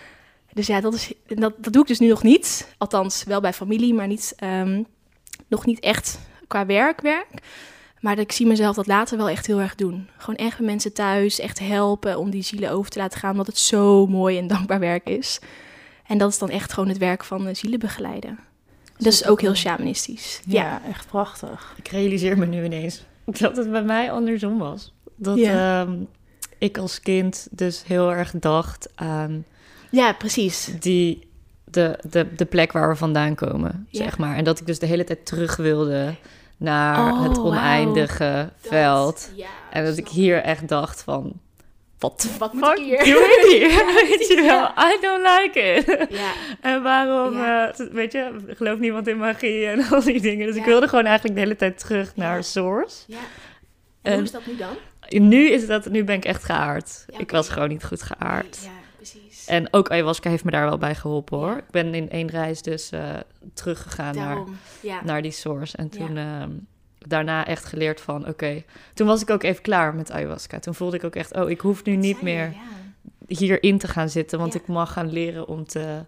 Dus ja, dat, is, dat, dat doe ik dus nu nog niet. Althans, wel bij familie, maar niet, um, nog niet echt qua werk, werk. Maar ik zie mezelf dat later wel echt heel erg doen. Gewoon echt met mensen thuis, echt helpen om die zielen over te laten gaan. Omdat het zo mooi en dankbaar werk is. En dat is dan echt gewoon het werk van zielen begeleiden. Dat is ook heel shamanistisch. Ja, Ja, echt prachtig. Ik realiseer me nu ineens dat het bij mij andersom was. Dat Ja. um, ik als kind dus heel erg dacht aan ja precies. die, de, de, de plek waar we vandaan komen, Ja. zeg maar. En dat ik dus de hele tijd terug wilde naar Oh, het wauw. oneindige veld. Ja, En dat ik hier echt dacht van, wat Wat fuck moet ik hier? doe ik hier? Weet je wel, Ja. I don't like it. Ja. En waarom, Ja. eh, weet je, geloof niemand in magie en al die dingen. Dus Ja. ik wilde gewoon eigenlijk de hele tijd terug Ja. naar Source. Ja. En En- hoe is dat nu dan? Nu is dat, nu ben ik echt geaard. Ja, Ik oké. was gewoon niet goed geaard. Ja, precies. En ook ayahuasca heeft me daar wel bij geholpen, hoor. Ja. Ik ben in één reis dus uh, teruggegaan naar, Daarom. Ja. naar die Source. En Ja. toen ehm, daarna echt geleerd van, oké. Okay. Toen was ik ook even klaar met ayahuasca. Toen voelde ik ook echt, oh, ik hoef nu Wat niet zei je? meer Ja. hierin te gaan zitten. Want Ja. ik mag gaan leren om te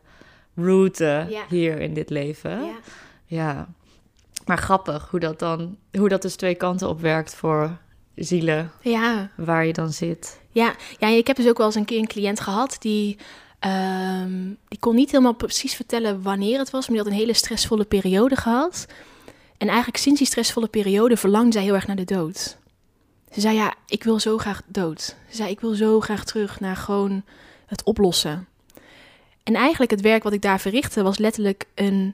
rooten Ja. hier in dit leven. Ja. Ja. Maar grappig hoe dat dan, hoe dat dus twee kanten op werkt voor zielen Ja. waar je dan zit. Ja. ja, ik heb dus ook wel eens een keer een cliënt gehad die, um, die kon niet helemaal precies vertellen wanneer het was, maar die had een hele stressvolle periode gehad. En eigenlijk sinds die stressvolle periode verlangde zij heel erg naar de dood. Ze zei, ja, ik wil zo graag dood. Ze zei, ik wil zo graag terug naar gewoon het oplossen. En eigenlijk het werk wat ik daar verrichtte was letterlijk een,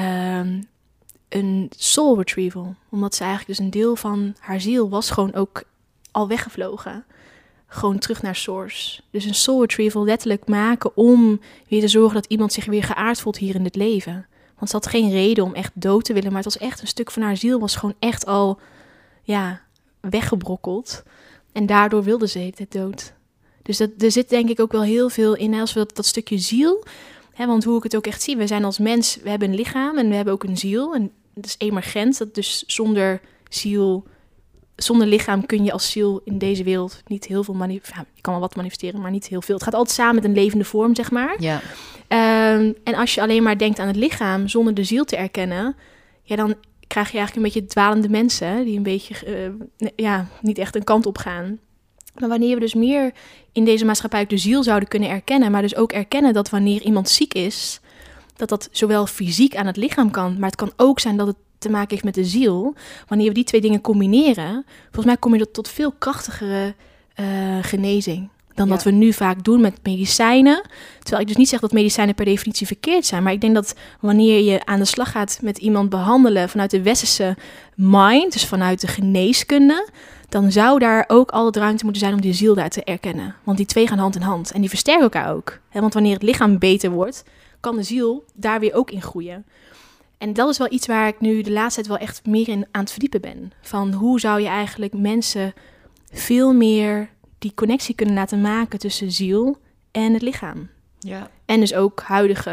um, een soul retrieval. Omdat ze eigenlijk dus een deel van haar ziel was gewoon ook al weggevlogen. Gewoon terug naar source. Dus een soul retrieval letterlijk maken om weer te zorgen dat iemand zich weer geaard voelt hier in het leven. Want ze had geen reden om echt dood te willen, maar het was echt een stuk van haar ziel was gewoon echt al, ja, weggebrokkeld. En daardoor wilde ze het dood. Dus dat, er zit denk ik ook wel heel veel in als we dat, dat stukje ziel. Hè, want hoe ik het ook echt zie, we zijn als mens, we hebben een lichaam en we hebben ook een ziel. En dat is emergent, dat dus zonder ziel, zonder lichaam kun je als ziel in deze wereld niet heel veel manifesteren. Ja, je kan wel wat manifesteren, maar niet heel veel. Het gaat altijd samen met een levende vorm, zeg maar. Ja. Um, en als je alleen maar denkt aan het lichaam zonder de ziel te erkennen, ja, dan krijg je eigenlijk een beetje dwalende mensen die een beetje, uh, ja, niet echt een kant op gaan. Maar wanneer we dus meer in deze maatschappij de ziel zouden kunnen erkennen, maar dus ook erkennen dat wanneer iemand ziek is, dat dat zowel fysiek aan het lichaam kan, maar het kan ook zijn dat het te maken heeft met de ziel. Wanneer we die twee dingen combineren, volgens mij kom je tot veel krachtigere uh, genezing dan Ja. dat we nu vaak doen met medicijnen. Terwijl ik dus niet zeg dat medicijnen per definitie verkeerd zijn, maar ik denk dat wanneer je aan de slag gaat met iemand behandelen vanuit de westerse mind, dus vanuit de geneeskunde, dan zou daar ook altijd ruimte moeten zijn om die ziel daar te erkennen. Want die twee gaan hand in hand en die versterken elkaar ook. He, want wanneer het lichaam beter wordt, kan de ziel daar weer ook in groeien. En dat is wel iets waar ik nu de laatste tijd wel echt meer in aan het verdiepen ben. Van hoe zou je eigenlijk mensen veel meer die connectie kunnen laten maken tussen ziel en het lichaam. Ja. En dus ook huidige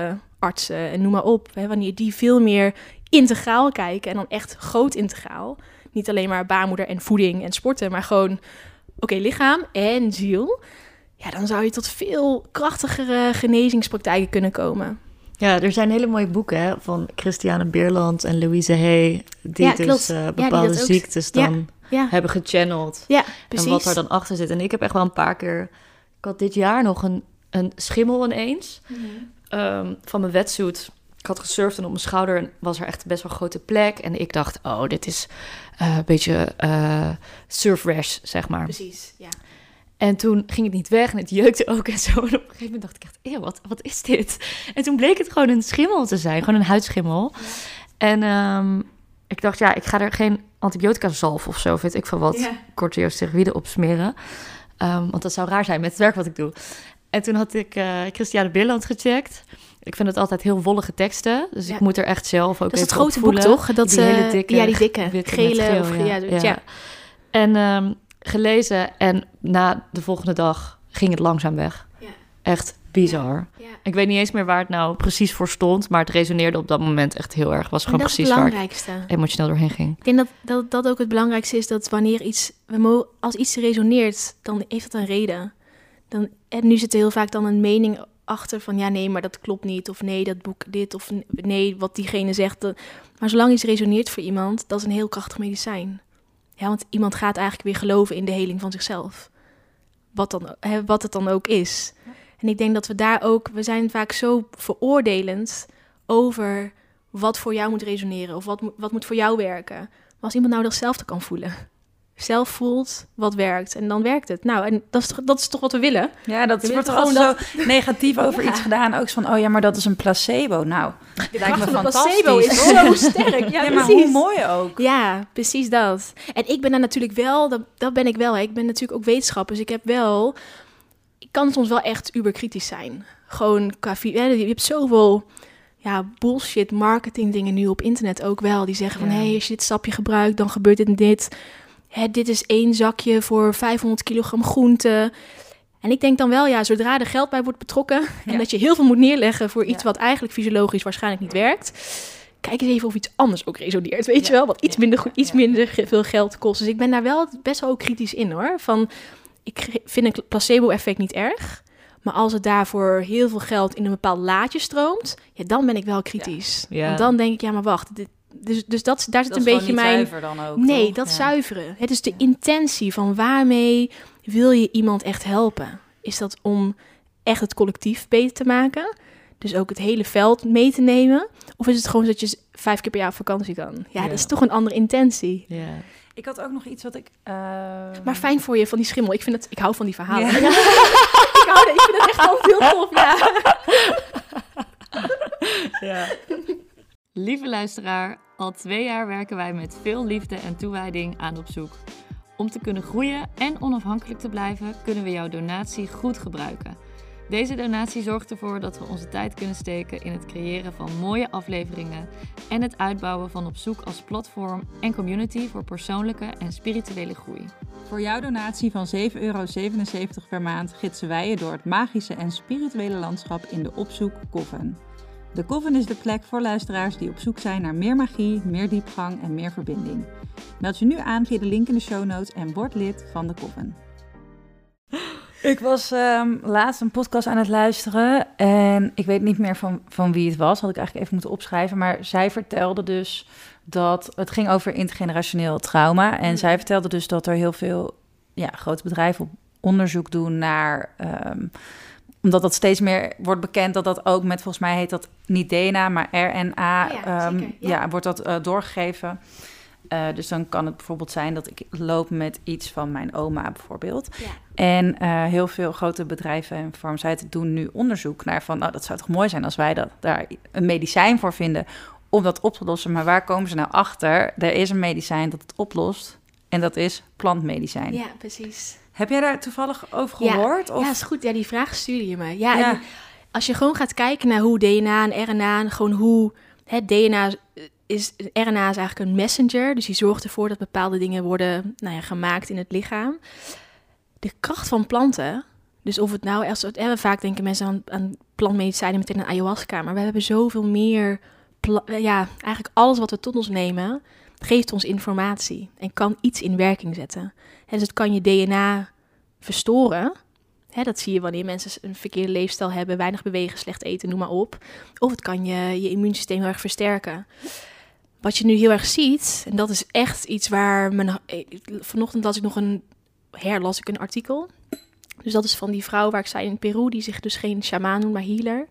artsen en noem maar op. Hè, wanneer die veel meer integraal kijken en dan echt groot integraal. Niet alleen maar baarmoeder en voeding en sporten, maar gewoon, oké, okay, lichaam en ziel. Ja, dan zou je tot veel krachtigere genezingspraktijken kunnen komen. Ja, er zijn hele mooie boeken hè, van Christiane Beerland en Louise Hay, die ja, dus uh, bepaalde ja, die ziektes dan ja, ja. hebben gechanneld. Ja, precies. En wat er dan achter zit. En ik heb echt wel een paar keer... Ik had dit jaar nog een, een schimmel ineens mm-hmm. um, van mijn wetsuit. Ik had gesurfd en op mijn schouder en was er echt best wel een grote plek. En ik dacht, oh, dit is uh, een beetje uh, surf rash, zeg maar. Precies, ja. En toen ging het niet weg en het jeukte ook en zo. En op een gegeven moment dacht ik echt, eeuw, wat, wat is dit? En toen bleek het gewoon een schimmel te zijn, gewoon een huidschimmel. Ja. En um, ik dacht, ja, ik ga er geen antibiotica zalf of zo, weet ik van wat, ja. corticosteroïden op smeren. Um, want dat zou raar zijn met het werk wat ik doe. En toen had ik uh, Christiane Beerland gecheckt. Ik vind het altijd heel wollige teksten. Dus ja. ik moet er echt zelf ook dat even Dat is het grote boek, toch? Dat, die uh, hele dikke. Ja, die dikke. Gele. Geel, of, ja. Ja, ja. ja. En um, gelezen en na de volgende dag ging het langzaam weg. Ja. Echt bizar. Ja. Ja. Ik weet niet eens meer waar het nou precies voor stond, maar het resoneerde op dat moment echt heel erg. Was gewoon dat precies is het waar belangrijkste. ik emotioneel doorheen ging. Ik denk dat, dat dat ook het belangrijkste is, dat wanneer iets, we mogen, als iets resoneert, dan heeft dat een reden. Dan, en nu zit er heel vaak dan een mening achter van ja, nee, maar dat klopt niet. Of nee, dat boek dit. Of nee, wat diegene zegt. Dat, maar zolang iets resoneert voor iemand, dat is een heel krachtig medicijn. Ja, want iemand gaat eigenlijk weer geloven in de heling van zichzelf. Wat, dan, hè, wat het dan ook is. Ja. En ik denk dat we daar ook... We zijn vaak zo veroordelend over wat voor jou moet resoneren. Of wat, wat moet voor jou werken. Maar als iemand nou datzelfde kan voelen. Zelf voelt wat werkt. En dan werkt het. Nou, en dat is toch, dat is toch wat we willen? Ja, dat wordt gewoon dat... zo negatief over ja. iets gedaan. Ook van, oh ja, maar dat is een placebo. Nou, dat lijkt me fantastisch. Placebo is zo sterk. Ja, ja, maar hoe mooi ook. Ja, precies dat. En ik ben daar natuurlijk wel, dat, dat ben ik wel. Hè. Ik ben natuurlijk ook wetenschapper. Dus ik heb wel... Ik kan soms wel echt uberkritisch zijn. Gewoon qua... Je hebt zoveel... Ja, bullshit marketing dingen nu op internet ook wel. Die zeggen van, hé, hey, als je dit sapje gebruikt, dan gebeurt dit en dit... Hè, dit is één zakje voor vijfhonderd kilogram groente. En ik denk dan wel, ja, zodra er geld bij wordt betrokken... Ja. en dat je heel veel moet neerleggen voor iets ja. wat eigenlijk fysiologisch waarschijnlijk niet werkt... kijk eens even of iets anders ook resoneert, weet ja. je wel? Wat iets, ja. minder, iets ja. minder veel geld kost. Dus ik ben daar wel best wel kritisch in, hoor. Van, ik vind een placebo-effect niet erg... maar als het daarvoor heel veel geld in een bepaald laadje stroomt... ja, dan ben ik wel kritisch. Ja. Ja. Want dan denk ik, ja, maar wacht... Dit, Dus, dus dat, daar zit dat een beetje niet mijn... zuiver dan ook, nee, toch? dat ja. zuiveren. Het is de intentie van waarmee wil je iemand echt helpen? Is dat om echt het collectief beter te maken? Dus ook het hele veld mee te nemen? Of is het gewoon dat je vijf keer per jaar op vakantie kan? Ja, ja. dat is toch een andere intentie. Ja. Ik had ook nog iets wat ik... Uh... Maar fijn voor je van die schimmel. Ik, vind het, ik hou van die verhalen. Ja. ik, hou, ik vind het echt wel veel tof, ja. ja. Lieve luisteraar, al twee jaar werken wij met veel liefde en toewijding aan Op Zoek. Om te kunnen groeien en onafhankelijk te blijven, kunnen we jouw donatie goed gebruiken. Deze donatie zorgt ervoor dat we onze tijd kunnen steken in het creëren van mooie afleveringen en het uitbouwen van Op Zoek als platform en community voor persoonlijke en spirituele groei. Voor jouw donatie van zeven euro zevenenzeventig per maand gidsen wij je door het magische en spirituele landschap in de Op Zoek Coven. De Coven is de plek voor luisteraars die op zoek zijn naar meer magie, meer diepgang en meer verbinding. Meld je nu aan via de link in de show notes en word lid van de Coven. Ik was um, laatst een podcast aan het luisteren en ik weet niet meer van, van wie het was. Had ik eigenlijk even moeten opschrijven. Maar zij vertelde dus dat het ging over intergenerationeel trauma. En zij vertelde dus dat er heel veel ja, grote bedrijven op onderzoek doen naar... Um, omdat dat steeds meer wordt bekend dat dat ook met, volgens mij heet dat niet D N A, maar R N A, oh ja, um, ja. ja, wordt dat uh, doorgegeven. Uh, dus dan kan het bijvoorbeeld zijn dat ik loop met iets van mijn oma bijvoorbeeld. Ja. En uh, heel veel grote bedrijven en farmaceuten doen nu onderzoek naar van... nou, dat zou toch mooi zijn als wij dat, daar een medicijn voor vinden om dat op te lossen. Maar waar komen ze nou achter? Er is een medicijn dat het oplost en dat is plantmedicijn. Ja, precies. Heb jij daar toevallig over gehoord? Ja, of? ja, is goed. Ja, die vraag stuurde je me. Ja, ja. En als je gewoon gaat kijken naar hoe D N A en R N A... gewoon hoe het D N A is... R N A is eigenlijk een messenger. Dus die zorgt ervoor dat bepaalde dingen worden nou ja, gemaakt in het lichaam. De kracht van planten, Dus of het nou... Als, eh, vaak denken mensen aan, aan plantmedicijnen meteen aan ayahuasca. Maar we hebben zoveel meer... Pla- ja, eigenlijk alles wat we tot ons nemen... geeft ons informatie. En kan iets in werking zetten. En dus het kan je D N A verstoren... Hè, dat zie je wanneer mensen een verkeerde leefstijl hebben, weinig bewegen, slecht eten, noem maar op. Of het kan je, je immuunsysteem heel erg versterken. Wat je nu heel erg ziet, en dat is echt iets waar... Mijn, vanochtend las ik nog een, herlas ik een artikel. Dus dat is van die vrouw waar ik zei in Peru, die zich dus geen shamaan noemt, maar healer.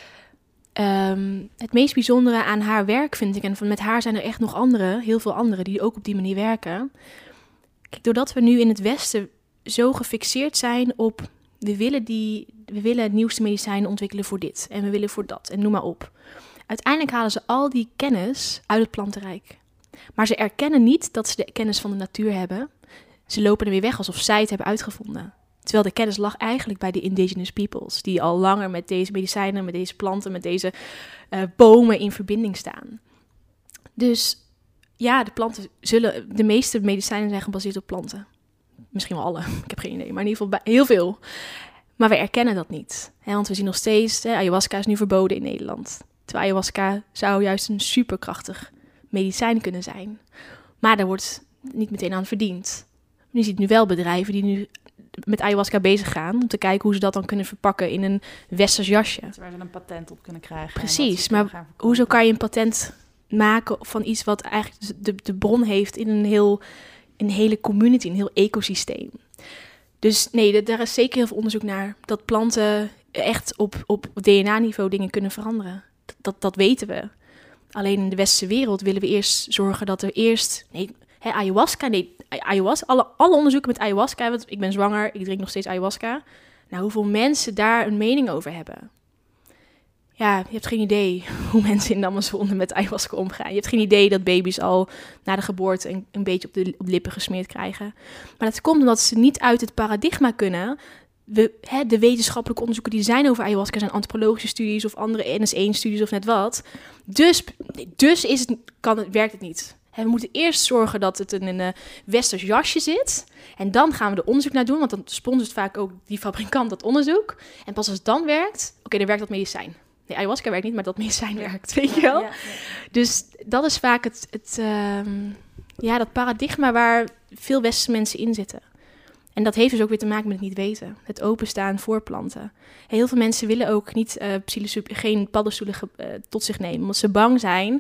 Um, het meest bijzondere aan haar werk vind ik, en van met haar zijn er echt nog andere, heel veel anderen, die ook op die manier werken. Kijk, doordat we nu in het Westen zo gefixeerd zijn op... We willen, die, we willen het nieuwste medicijn ontwikkelen voor dit. En we willen voor dat. En noem maar op. Uiteindelijk halen ze al die kennis uit het plantenrijk. Maar ze erkennen niet dat ze de kennis van de natuur hebben. Ze lopen er weer weg alsof zij het hebben uitgevonden. Terwijl de kennis lag eigenlijk bij de indigenous peoples. Die al langer met deze medicijnen, met deze planten, met deze uh, bomen in verbinding staan. Dus ja, de planten zullen... De meeste medicijnen zijn gebaseerd op planten. Misschien wel alle, ik heb geen idee, maar in ieder geval heel veel. Maar we erkennen dat niet. Hè, want we zien nog steeds, hè, ayahuasca is nu verboden in Nederland. Terwijl ayahuasca zou juist een superkrachtig medicijn kunnen zijn. Maar daar wordt niet meteen aan verdiend. Je ziet nu wel bedrijven die nu met ayahuasca bezig gaan... om te kijken hoe ze dat dan kunnen verpakken in een westers jasje. Waar ze een patent op kunnen krijgen. Precies, maar hoezo kan je een patent maken van iets wat eigenlijk de, de bron heeft in een heel... een hele community, een heel ecosysteem. Dus nee, daar is zeker heel veel onderzoek naar. Dat planten echt op, op D N A-niveau dingen kunnen veranderen. Dat, dat, dat weten we. Alleen in de westerse wereld willen we eerst zorgen dat er eerst... Nee, hè, ayahuasca, nee, ayahuasca, alle, alle onderzoeken met ayahuasca... Want ik ben zwanger, ik drink nog steeds ayahuasca. Nou, hoeveel mensen daar een mening over hebben... Ja, je hebt geen idee hoe mensen in de Amazone met ayahuasca omgaan. Je hebt geen idee dat baby's al na de geboorte een, een beetje op de, op de lippen gesmeerd krijgen. Maar dat komt omdat ze niet uit het paradigma kunnen. We, hè, de wetenschappelijke onderzoeken die zijn over ayahuasca zijn antropologische studies of andere N S één-studies of net wat. Dus, dus is het, kan het, werkt het niet. Hè, we moeten eerst zorgen dat het in een uh, westers jasje zit. En dan gaan we er onderzoek naar doen, want dan sponsort vaak ook die fabrikant dat onderzoek. En pas als het dan werkt, oké, okay, dan werkt dat medicijn. Nee, ayahuasca werkt niet, maar dat medicijn werkt, weet je wel? Ja, ja, ja. Dus dat is vaak het, het, um, ja, dat paradigma waar veel westerse mensen in zitten. En dat heeft dus ook weer te maken met het niet weten. Het openstaan voor planten. Heel veel mensen willen ook niet uh, psilocybine, geen paddenstoelen uh, tot zich nemen, omdat ze bang zijn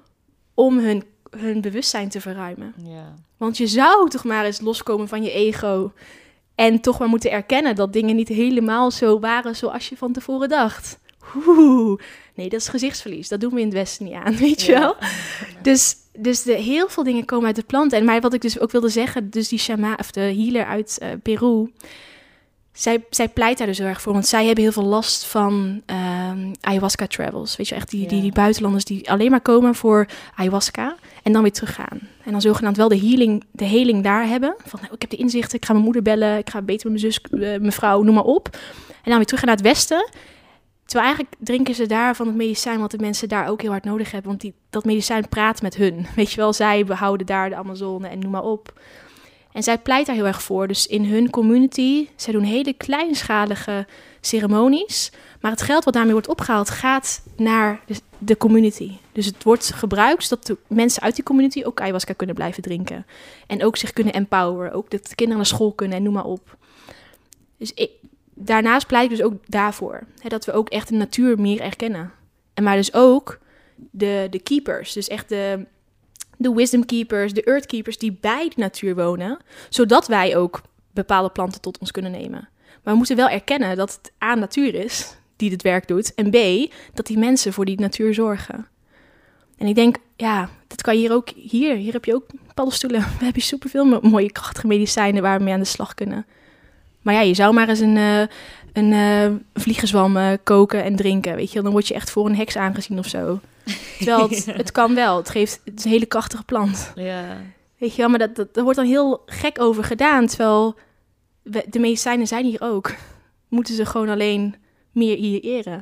om hun, hun bewustzijn te verruimen. Ja. Want je zou toch maar eens loskomen van je ego en toch maar moeten erkennen dat dingen niet helemaal zo waren zoals je van tevoren dacht. Oeh, nee, dat is gezichtsverlies. Dat doen we in het Westen niet aan, weet je ja. wel? Dus, dus de, heel veel dingen komen uit de planten. En maar wat ik dus ook wilde zeggen, dus die shama, of de healer uit uh, Peru, zij, zij pleit daar dus heel erg voor. Want zij hebben heel veel last van um, ayahuasca travels. Weet je, echt die, ja. die, die buitenlanders die alleen maar komen voor ayahuasca en dan weer teruggaan. En dan zogenaamd wel de healing, de healing daar hebben. Van, nou, ik heb de inzichten, ik ga mijn moeder bellen, ik ga beter met mijn zus, uh, mijn vrouw, noem maar op. En dan weer terug naar het Westen. Terwijl eigenlijk drinken ze daar van het medicijn wat de mensen daar ook heel hard nodig hebben. Want die, dat medicijn praat met hun. Weet je wel, zij behouden daar de Amazone en noem maar op. En zij pleit daar heel erg voor. Dus in hun community, zij doen hele kleinschalige ceremonies. Maar het geld wat daarmee wordt opgehaald gaat naar de, de community. Dus het wordt gebruikt zodat de mensen uit die community ook ayahuasca kunnen blijven drinken. En ook zich kunnen empoweren. Ook dat de kinderen naar school kunnen en noem maar op. Dus ik... Daarnaast pleit ik dus ook daarvoor. Hè, dat we ook echt de natuur meer erkennen. En maar dus ook de, de keepers. Dus echt de, de wisdom keepers, de earth keepers die bij de natuur wonen. Zodat wij ook bepaalde planten tot ons kunnen nemen. Maar we moeten wel erkennen dat het A, natuur is die dit werk doet. En B, dat die mensen voor die natuur zorgen. En ik denk, ja, dat kan je hier ook... Hier, hier heb je ook paddenstoelen. We hebben superveel mooie krachtige medicijnen waar we mee aan de slag kunnen. Maar ja, je zou maar eens een, uh, een uh, vliegenzwam uh, koken en drinken, weet je. Dan word je echt voor een heks aangezien of zo. Terwijl het, het kan wel. Het, geeft, het is een hele krachtige plant. Ja. Weet je wel, maar dat, dat, daar wordt dan heel gek over gedaan. Terwijl we, de medicijnen zijn hier ook. Moeten ze gewoon alleen meer hier eren.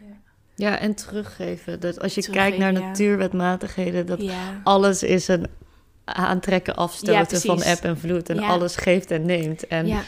Ja, en teruggeven. Dat als je teruggeven, kijkt naar ja. natuurwetmatigheden, dat ja. alles is een aantrekken, afstoten ja, van eb en vloed. En ja. alles geeft en neemt. En... Ja.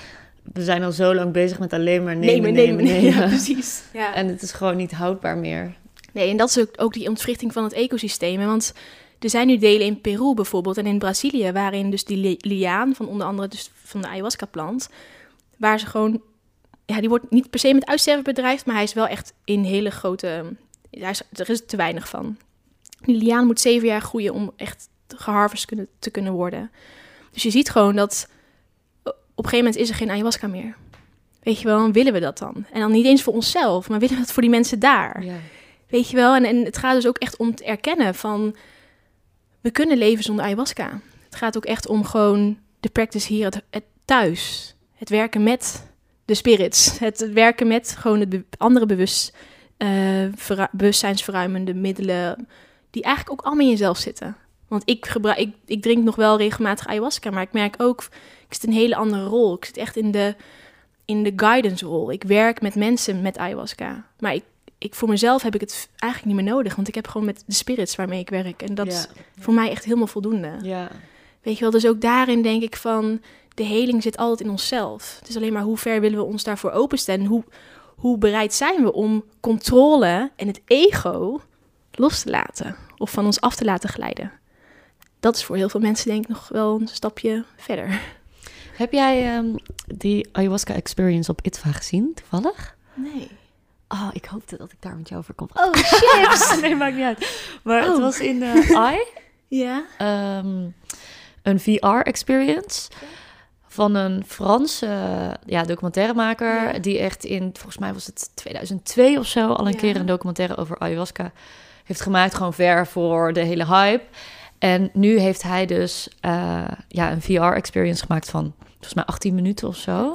we zijn al zo lang bezig met alleen maar nemen, nemen, nemen, nemen. nemen. Ja, precies. Ja. En het is gewoon niet houdbaar meer. Nee, en dat is ook, ook die ontwrichting van het ecosysteem. Hè? Want er zijn nu delen in Peru bijvoorbeeld en in Brazilië, waarin dus die li- liaan van onder andere dus van de ayahuasca-plant, waar ze gewoon, ja, die wordt niet per se met uitsterven bedreigd, maar hij is wel echt in hele grote, hij is, er is te weinig van. Die liaan moet zeven jaar groeien om echt geharvest kunnen, te kunnen worden. Dus je ziet gewoon dat op een gegeven moment is er geen ayahuasca meer. Weet je wel, en willen we dat dan? En dan niet eens voor onszelf, maar willen we dat voor die mensen daar? Ja. Weet je wel, en, en het gaat dus ook echt om het erkennen van, we kunnen leven zonder ayahuasca. Het gaat ook echt om gewoon de practice hier, het, het thuis. Het werken met de spirits. Het werken met gewoon het be- andere bewust, uh, verru- bewustzijnsverruimende middelen, die eigenlijk ook allemaal in jezelf zitten. Want ik, gebruik, ik, ik drink nog wel regelmatig ayahuasca, maar ik merk ook, ik zit in een hele andere rol. Ik zit echt in de, in de guidance rol. Ik werk met mensen met ayahuasca. Maar ik, ik, voor mezelf heb ik het eigenlijk niet meer nodig, want ik heb gewoon met de spirits waarmee ik werk. En dat Ja. is voor mij echt helemaal voldoende. Ja. Weet je wel, dus ook daarin denk ik van, de heling zit altijd in onszelf. Het is alleen maar hoe ver willen we ons daarvoor openstellen. Hoe, hoe bereid zijn we om controle en het ego los te laten of van ons af te laten glijden. Dat is voor heel veel mensen denk ik nog wel een stapje verder. Heb jij um, die ayahuasca experience op I T V A gezien, toevallig? Nee. Oh, ik hoopte dat ik daar met jou over kon. Oh, shit! Nee, maakt niet uit. Maar Oh. het was in uh, I, Ja. um, een V R-experience van een Franse ja, documentairemaker, Ja. die echt in, volgens mij was het tweeduizend twee of zo, al een Ja. keer een documentaire over ayahuasca heeft gemaakt, gewoon ver voor de hele hype. En nu heeft hij dus uh, ja, een V R-experience gemaakt van volgens mij achttien minuten of zo.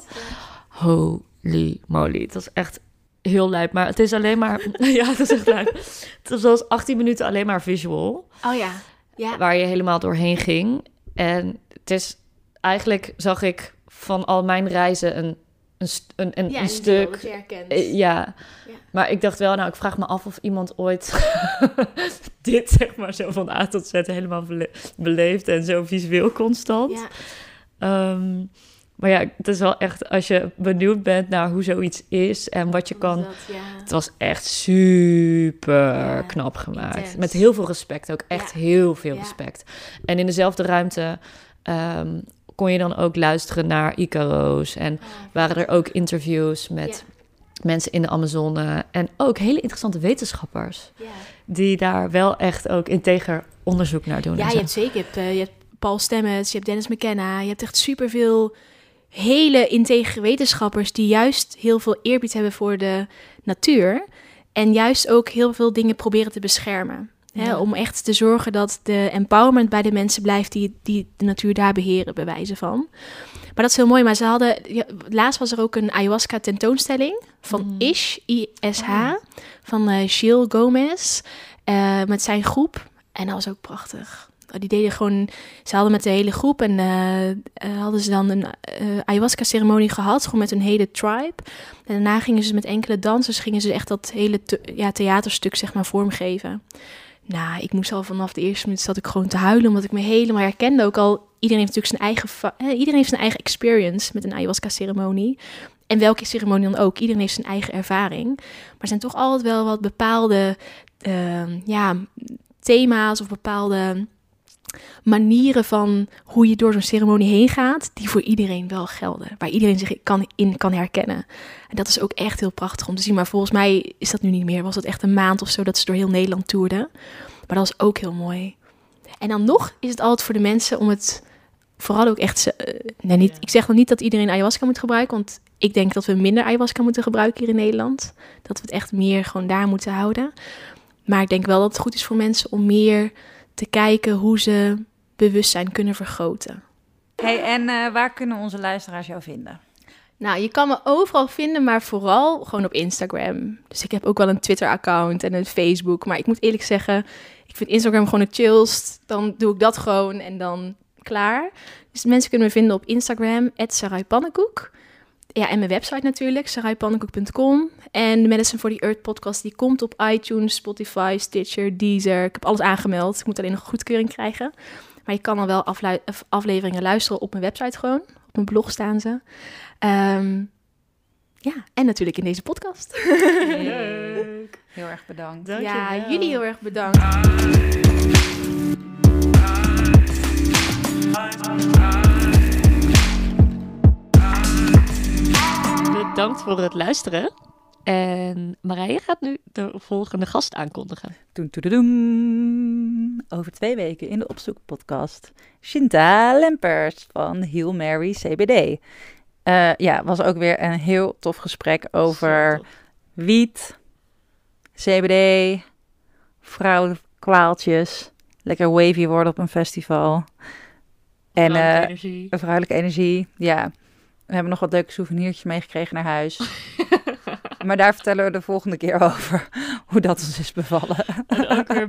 Holy moly, het was echt heel lijp, maar het is alleen maar, ja, het is echt lijp. Het was achttien minuten alleen maar visual, Oh ja. Ja. waar je helemaal doorheen ging. En het is, eigenlijk zag ik van al mijn reizen een, een, st- een, een, Ja, een stuk. dat je herkent. Eh, Ja. Ja. Maar ik dacht wel, nou, ik vraag me af of iemand ooit dit, zeg maar, zo van A tot Z helemaal bele- beleefd en zo visueel constant. Ja. Ehm, maar ja, het is wel echt, als je benieuwd bent naar hoe zoiets is en wat je kan. Dat, ja. Het was echt super Ja, knap gemaakt. intens. Met heel veel respect ook. Echt Ja. heel veel Ja. respect. En in dezelfde ruimte ehm, kon je dan ook luisteren naar Icaro's. En Ah, waren er ook interviews met mensen in de Amazone. En ook hele interessante wetenschappers. ja. Die daar wel echt ook integer onderzoek naar doen. Ja, en je zo. hebt zeker. Je hebt, uh, je hebt Paul Stamets, je hebt Dennis McKenna. Je hebt echt superveel hele integere wetenschappers die juist heel veel eerbied hebben voor de natuur. En juist ook heel veel dingen proberen te beschermen. Hè, Ja. om echt te zorgen dat de empowerment bij de mensen blijft die, die de natuur daar beheren, bij wijze van. Maar dat is heel mooi. Maar ze hadden, ja, laatst was er ook een ayahuasca tentoonstelling van Mhm. Ish, I S H, Oh. van uh, Gilles Gomez, uh, met zijn groep. En dat was ook prachtig. Die deden gewoon, ze hadden met de hele groep en uh, uh, hadden ze dan een uh, ayahuasca-ceremonie gehad, gewoon met een hele tribe. En daarna gingen ze met enkele dansers, gingen ze echt dat hele te- ja, theaterstuk, zeg maar, vormgeven. Nou, ik moest al vanaf de eerste minuut zat ik gewoon te huilen, omdat ik me helemaal herkende. Ook al, iedereen heeft natuurlijk zijn eigen, va- eh, iedereen heeft zijn eigen experience met een ayahuasca-ceremonie. En welke ceremonie dan ook, iedereen heeft zijn eigen ervaring. Maar er zijn toch altijd wel wat bepaalde uh, ja, thema's of bepaalde manieren van hoe je door zo'n ceremonie heen gaat, die voor iedereen wel gelden. Waar iedereen zich kan, in kan herkennen. En dat is ook echt heel prachtig om te zien. Maar volgens mij is dat nu niet meer. Was dat echt een maand of zo dat ze door heel Nederland toerden. Maar dat was ook heel mooi. En dan nog is het altijd voor de mensen om het vooral ook echt... Uh, nee, niet, ik zeg nog niet dat iedereen ayahuasca moet gebruiken, want ik denk dat we minder ayahuasca moeten gebruiken hier in Nederland. Dat we het echt meer gewoon daar moeten houden. Maar ik denk wel dat het goed is voor mensen om meer te kijken hoe ze bewustzijn kunnen vergroten. Hey, en uh, waar kunnen onze luisteraars jou vinden? Nou, je kan me overal vinden, maar vooral gewoon op Instagram. Dus ik heb ook wel een Twitter-account en een Facebook. Maar ik moet eerlijk zeggen, ik vind Instagram gewoon het chillst. Dan doe ik dat gewoon en dan klaar. Dus mensen kunnen me vinden op Instagram, at Sarai Pannenkoek. Ja, en mijn website natuurlijk, sarai pannenkoek punt com. En de Medicine for the Earth podcast, die komt op iTunes, Spotify, Stitcher, Deezer. Ik heb alles aangemeld. Ik moet alleen nog een goedkeuring krijgen. Maar je kan dan wel aflu- afleveringen luisteren op mijn website gewoon. Op mijn blog staan ze. Um, ja, en natuurlijk in deze podcast. Leuk. Heel erg bedankt. Ja, jullie heel erg bedankt. Bedankt voor het luisteren. En Marije gaat nu de volgende gast aankondigen. Doen, doen, doen. Over twee weken in de Opzoek podcast. Shinta Lempers van Heal Mary C B D. Uh, ja, was ook weer een heel tof gesprek over wiet, C B D, vrouwenkwaaltjes, lekker wavy worden op een festival. En vrouwelijke uh, energie. Vrouwelijke energie, ja. We hebben nog wat leuke souvenirtjes meegekregen naar huis. Maar daar vertellen we de volgende keer over hoe dat ons is bevallen. En ook weer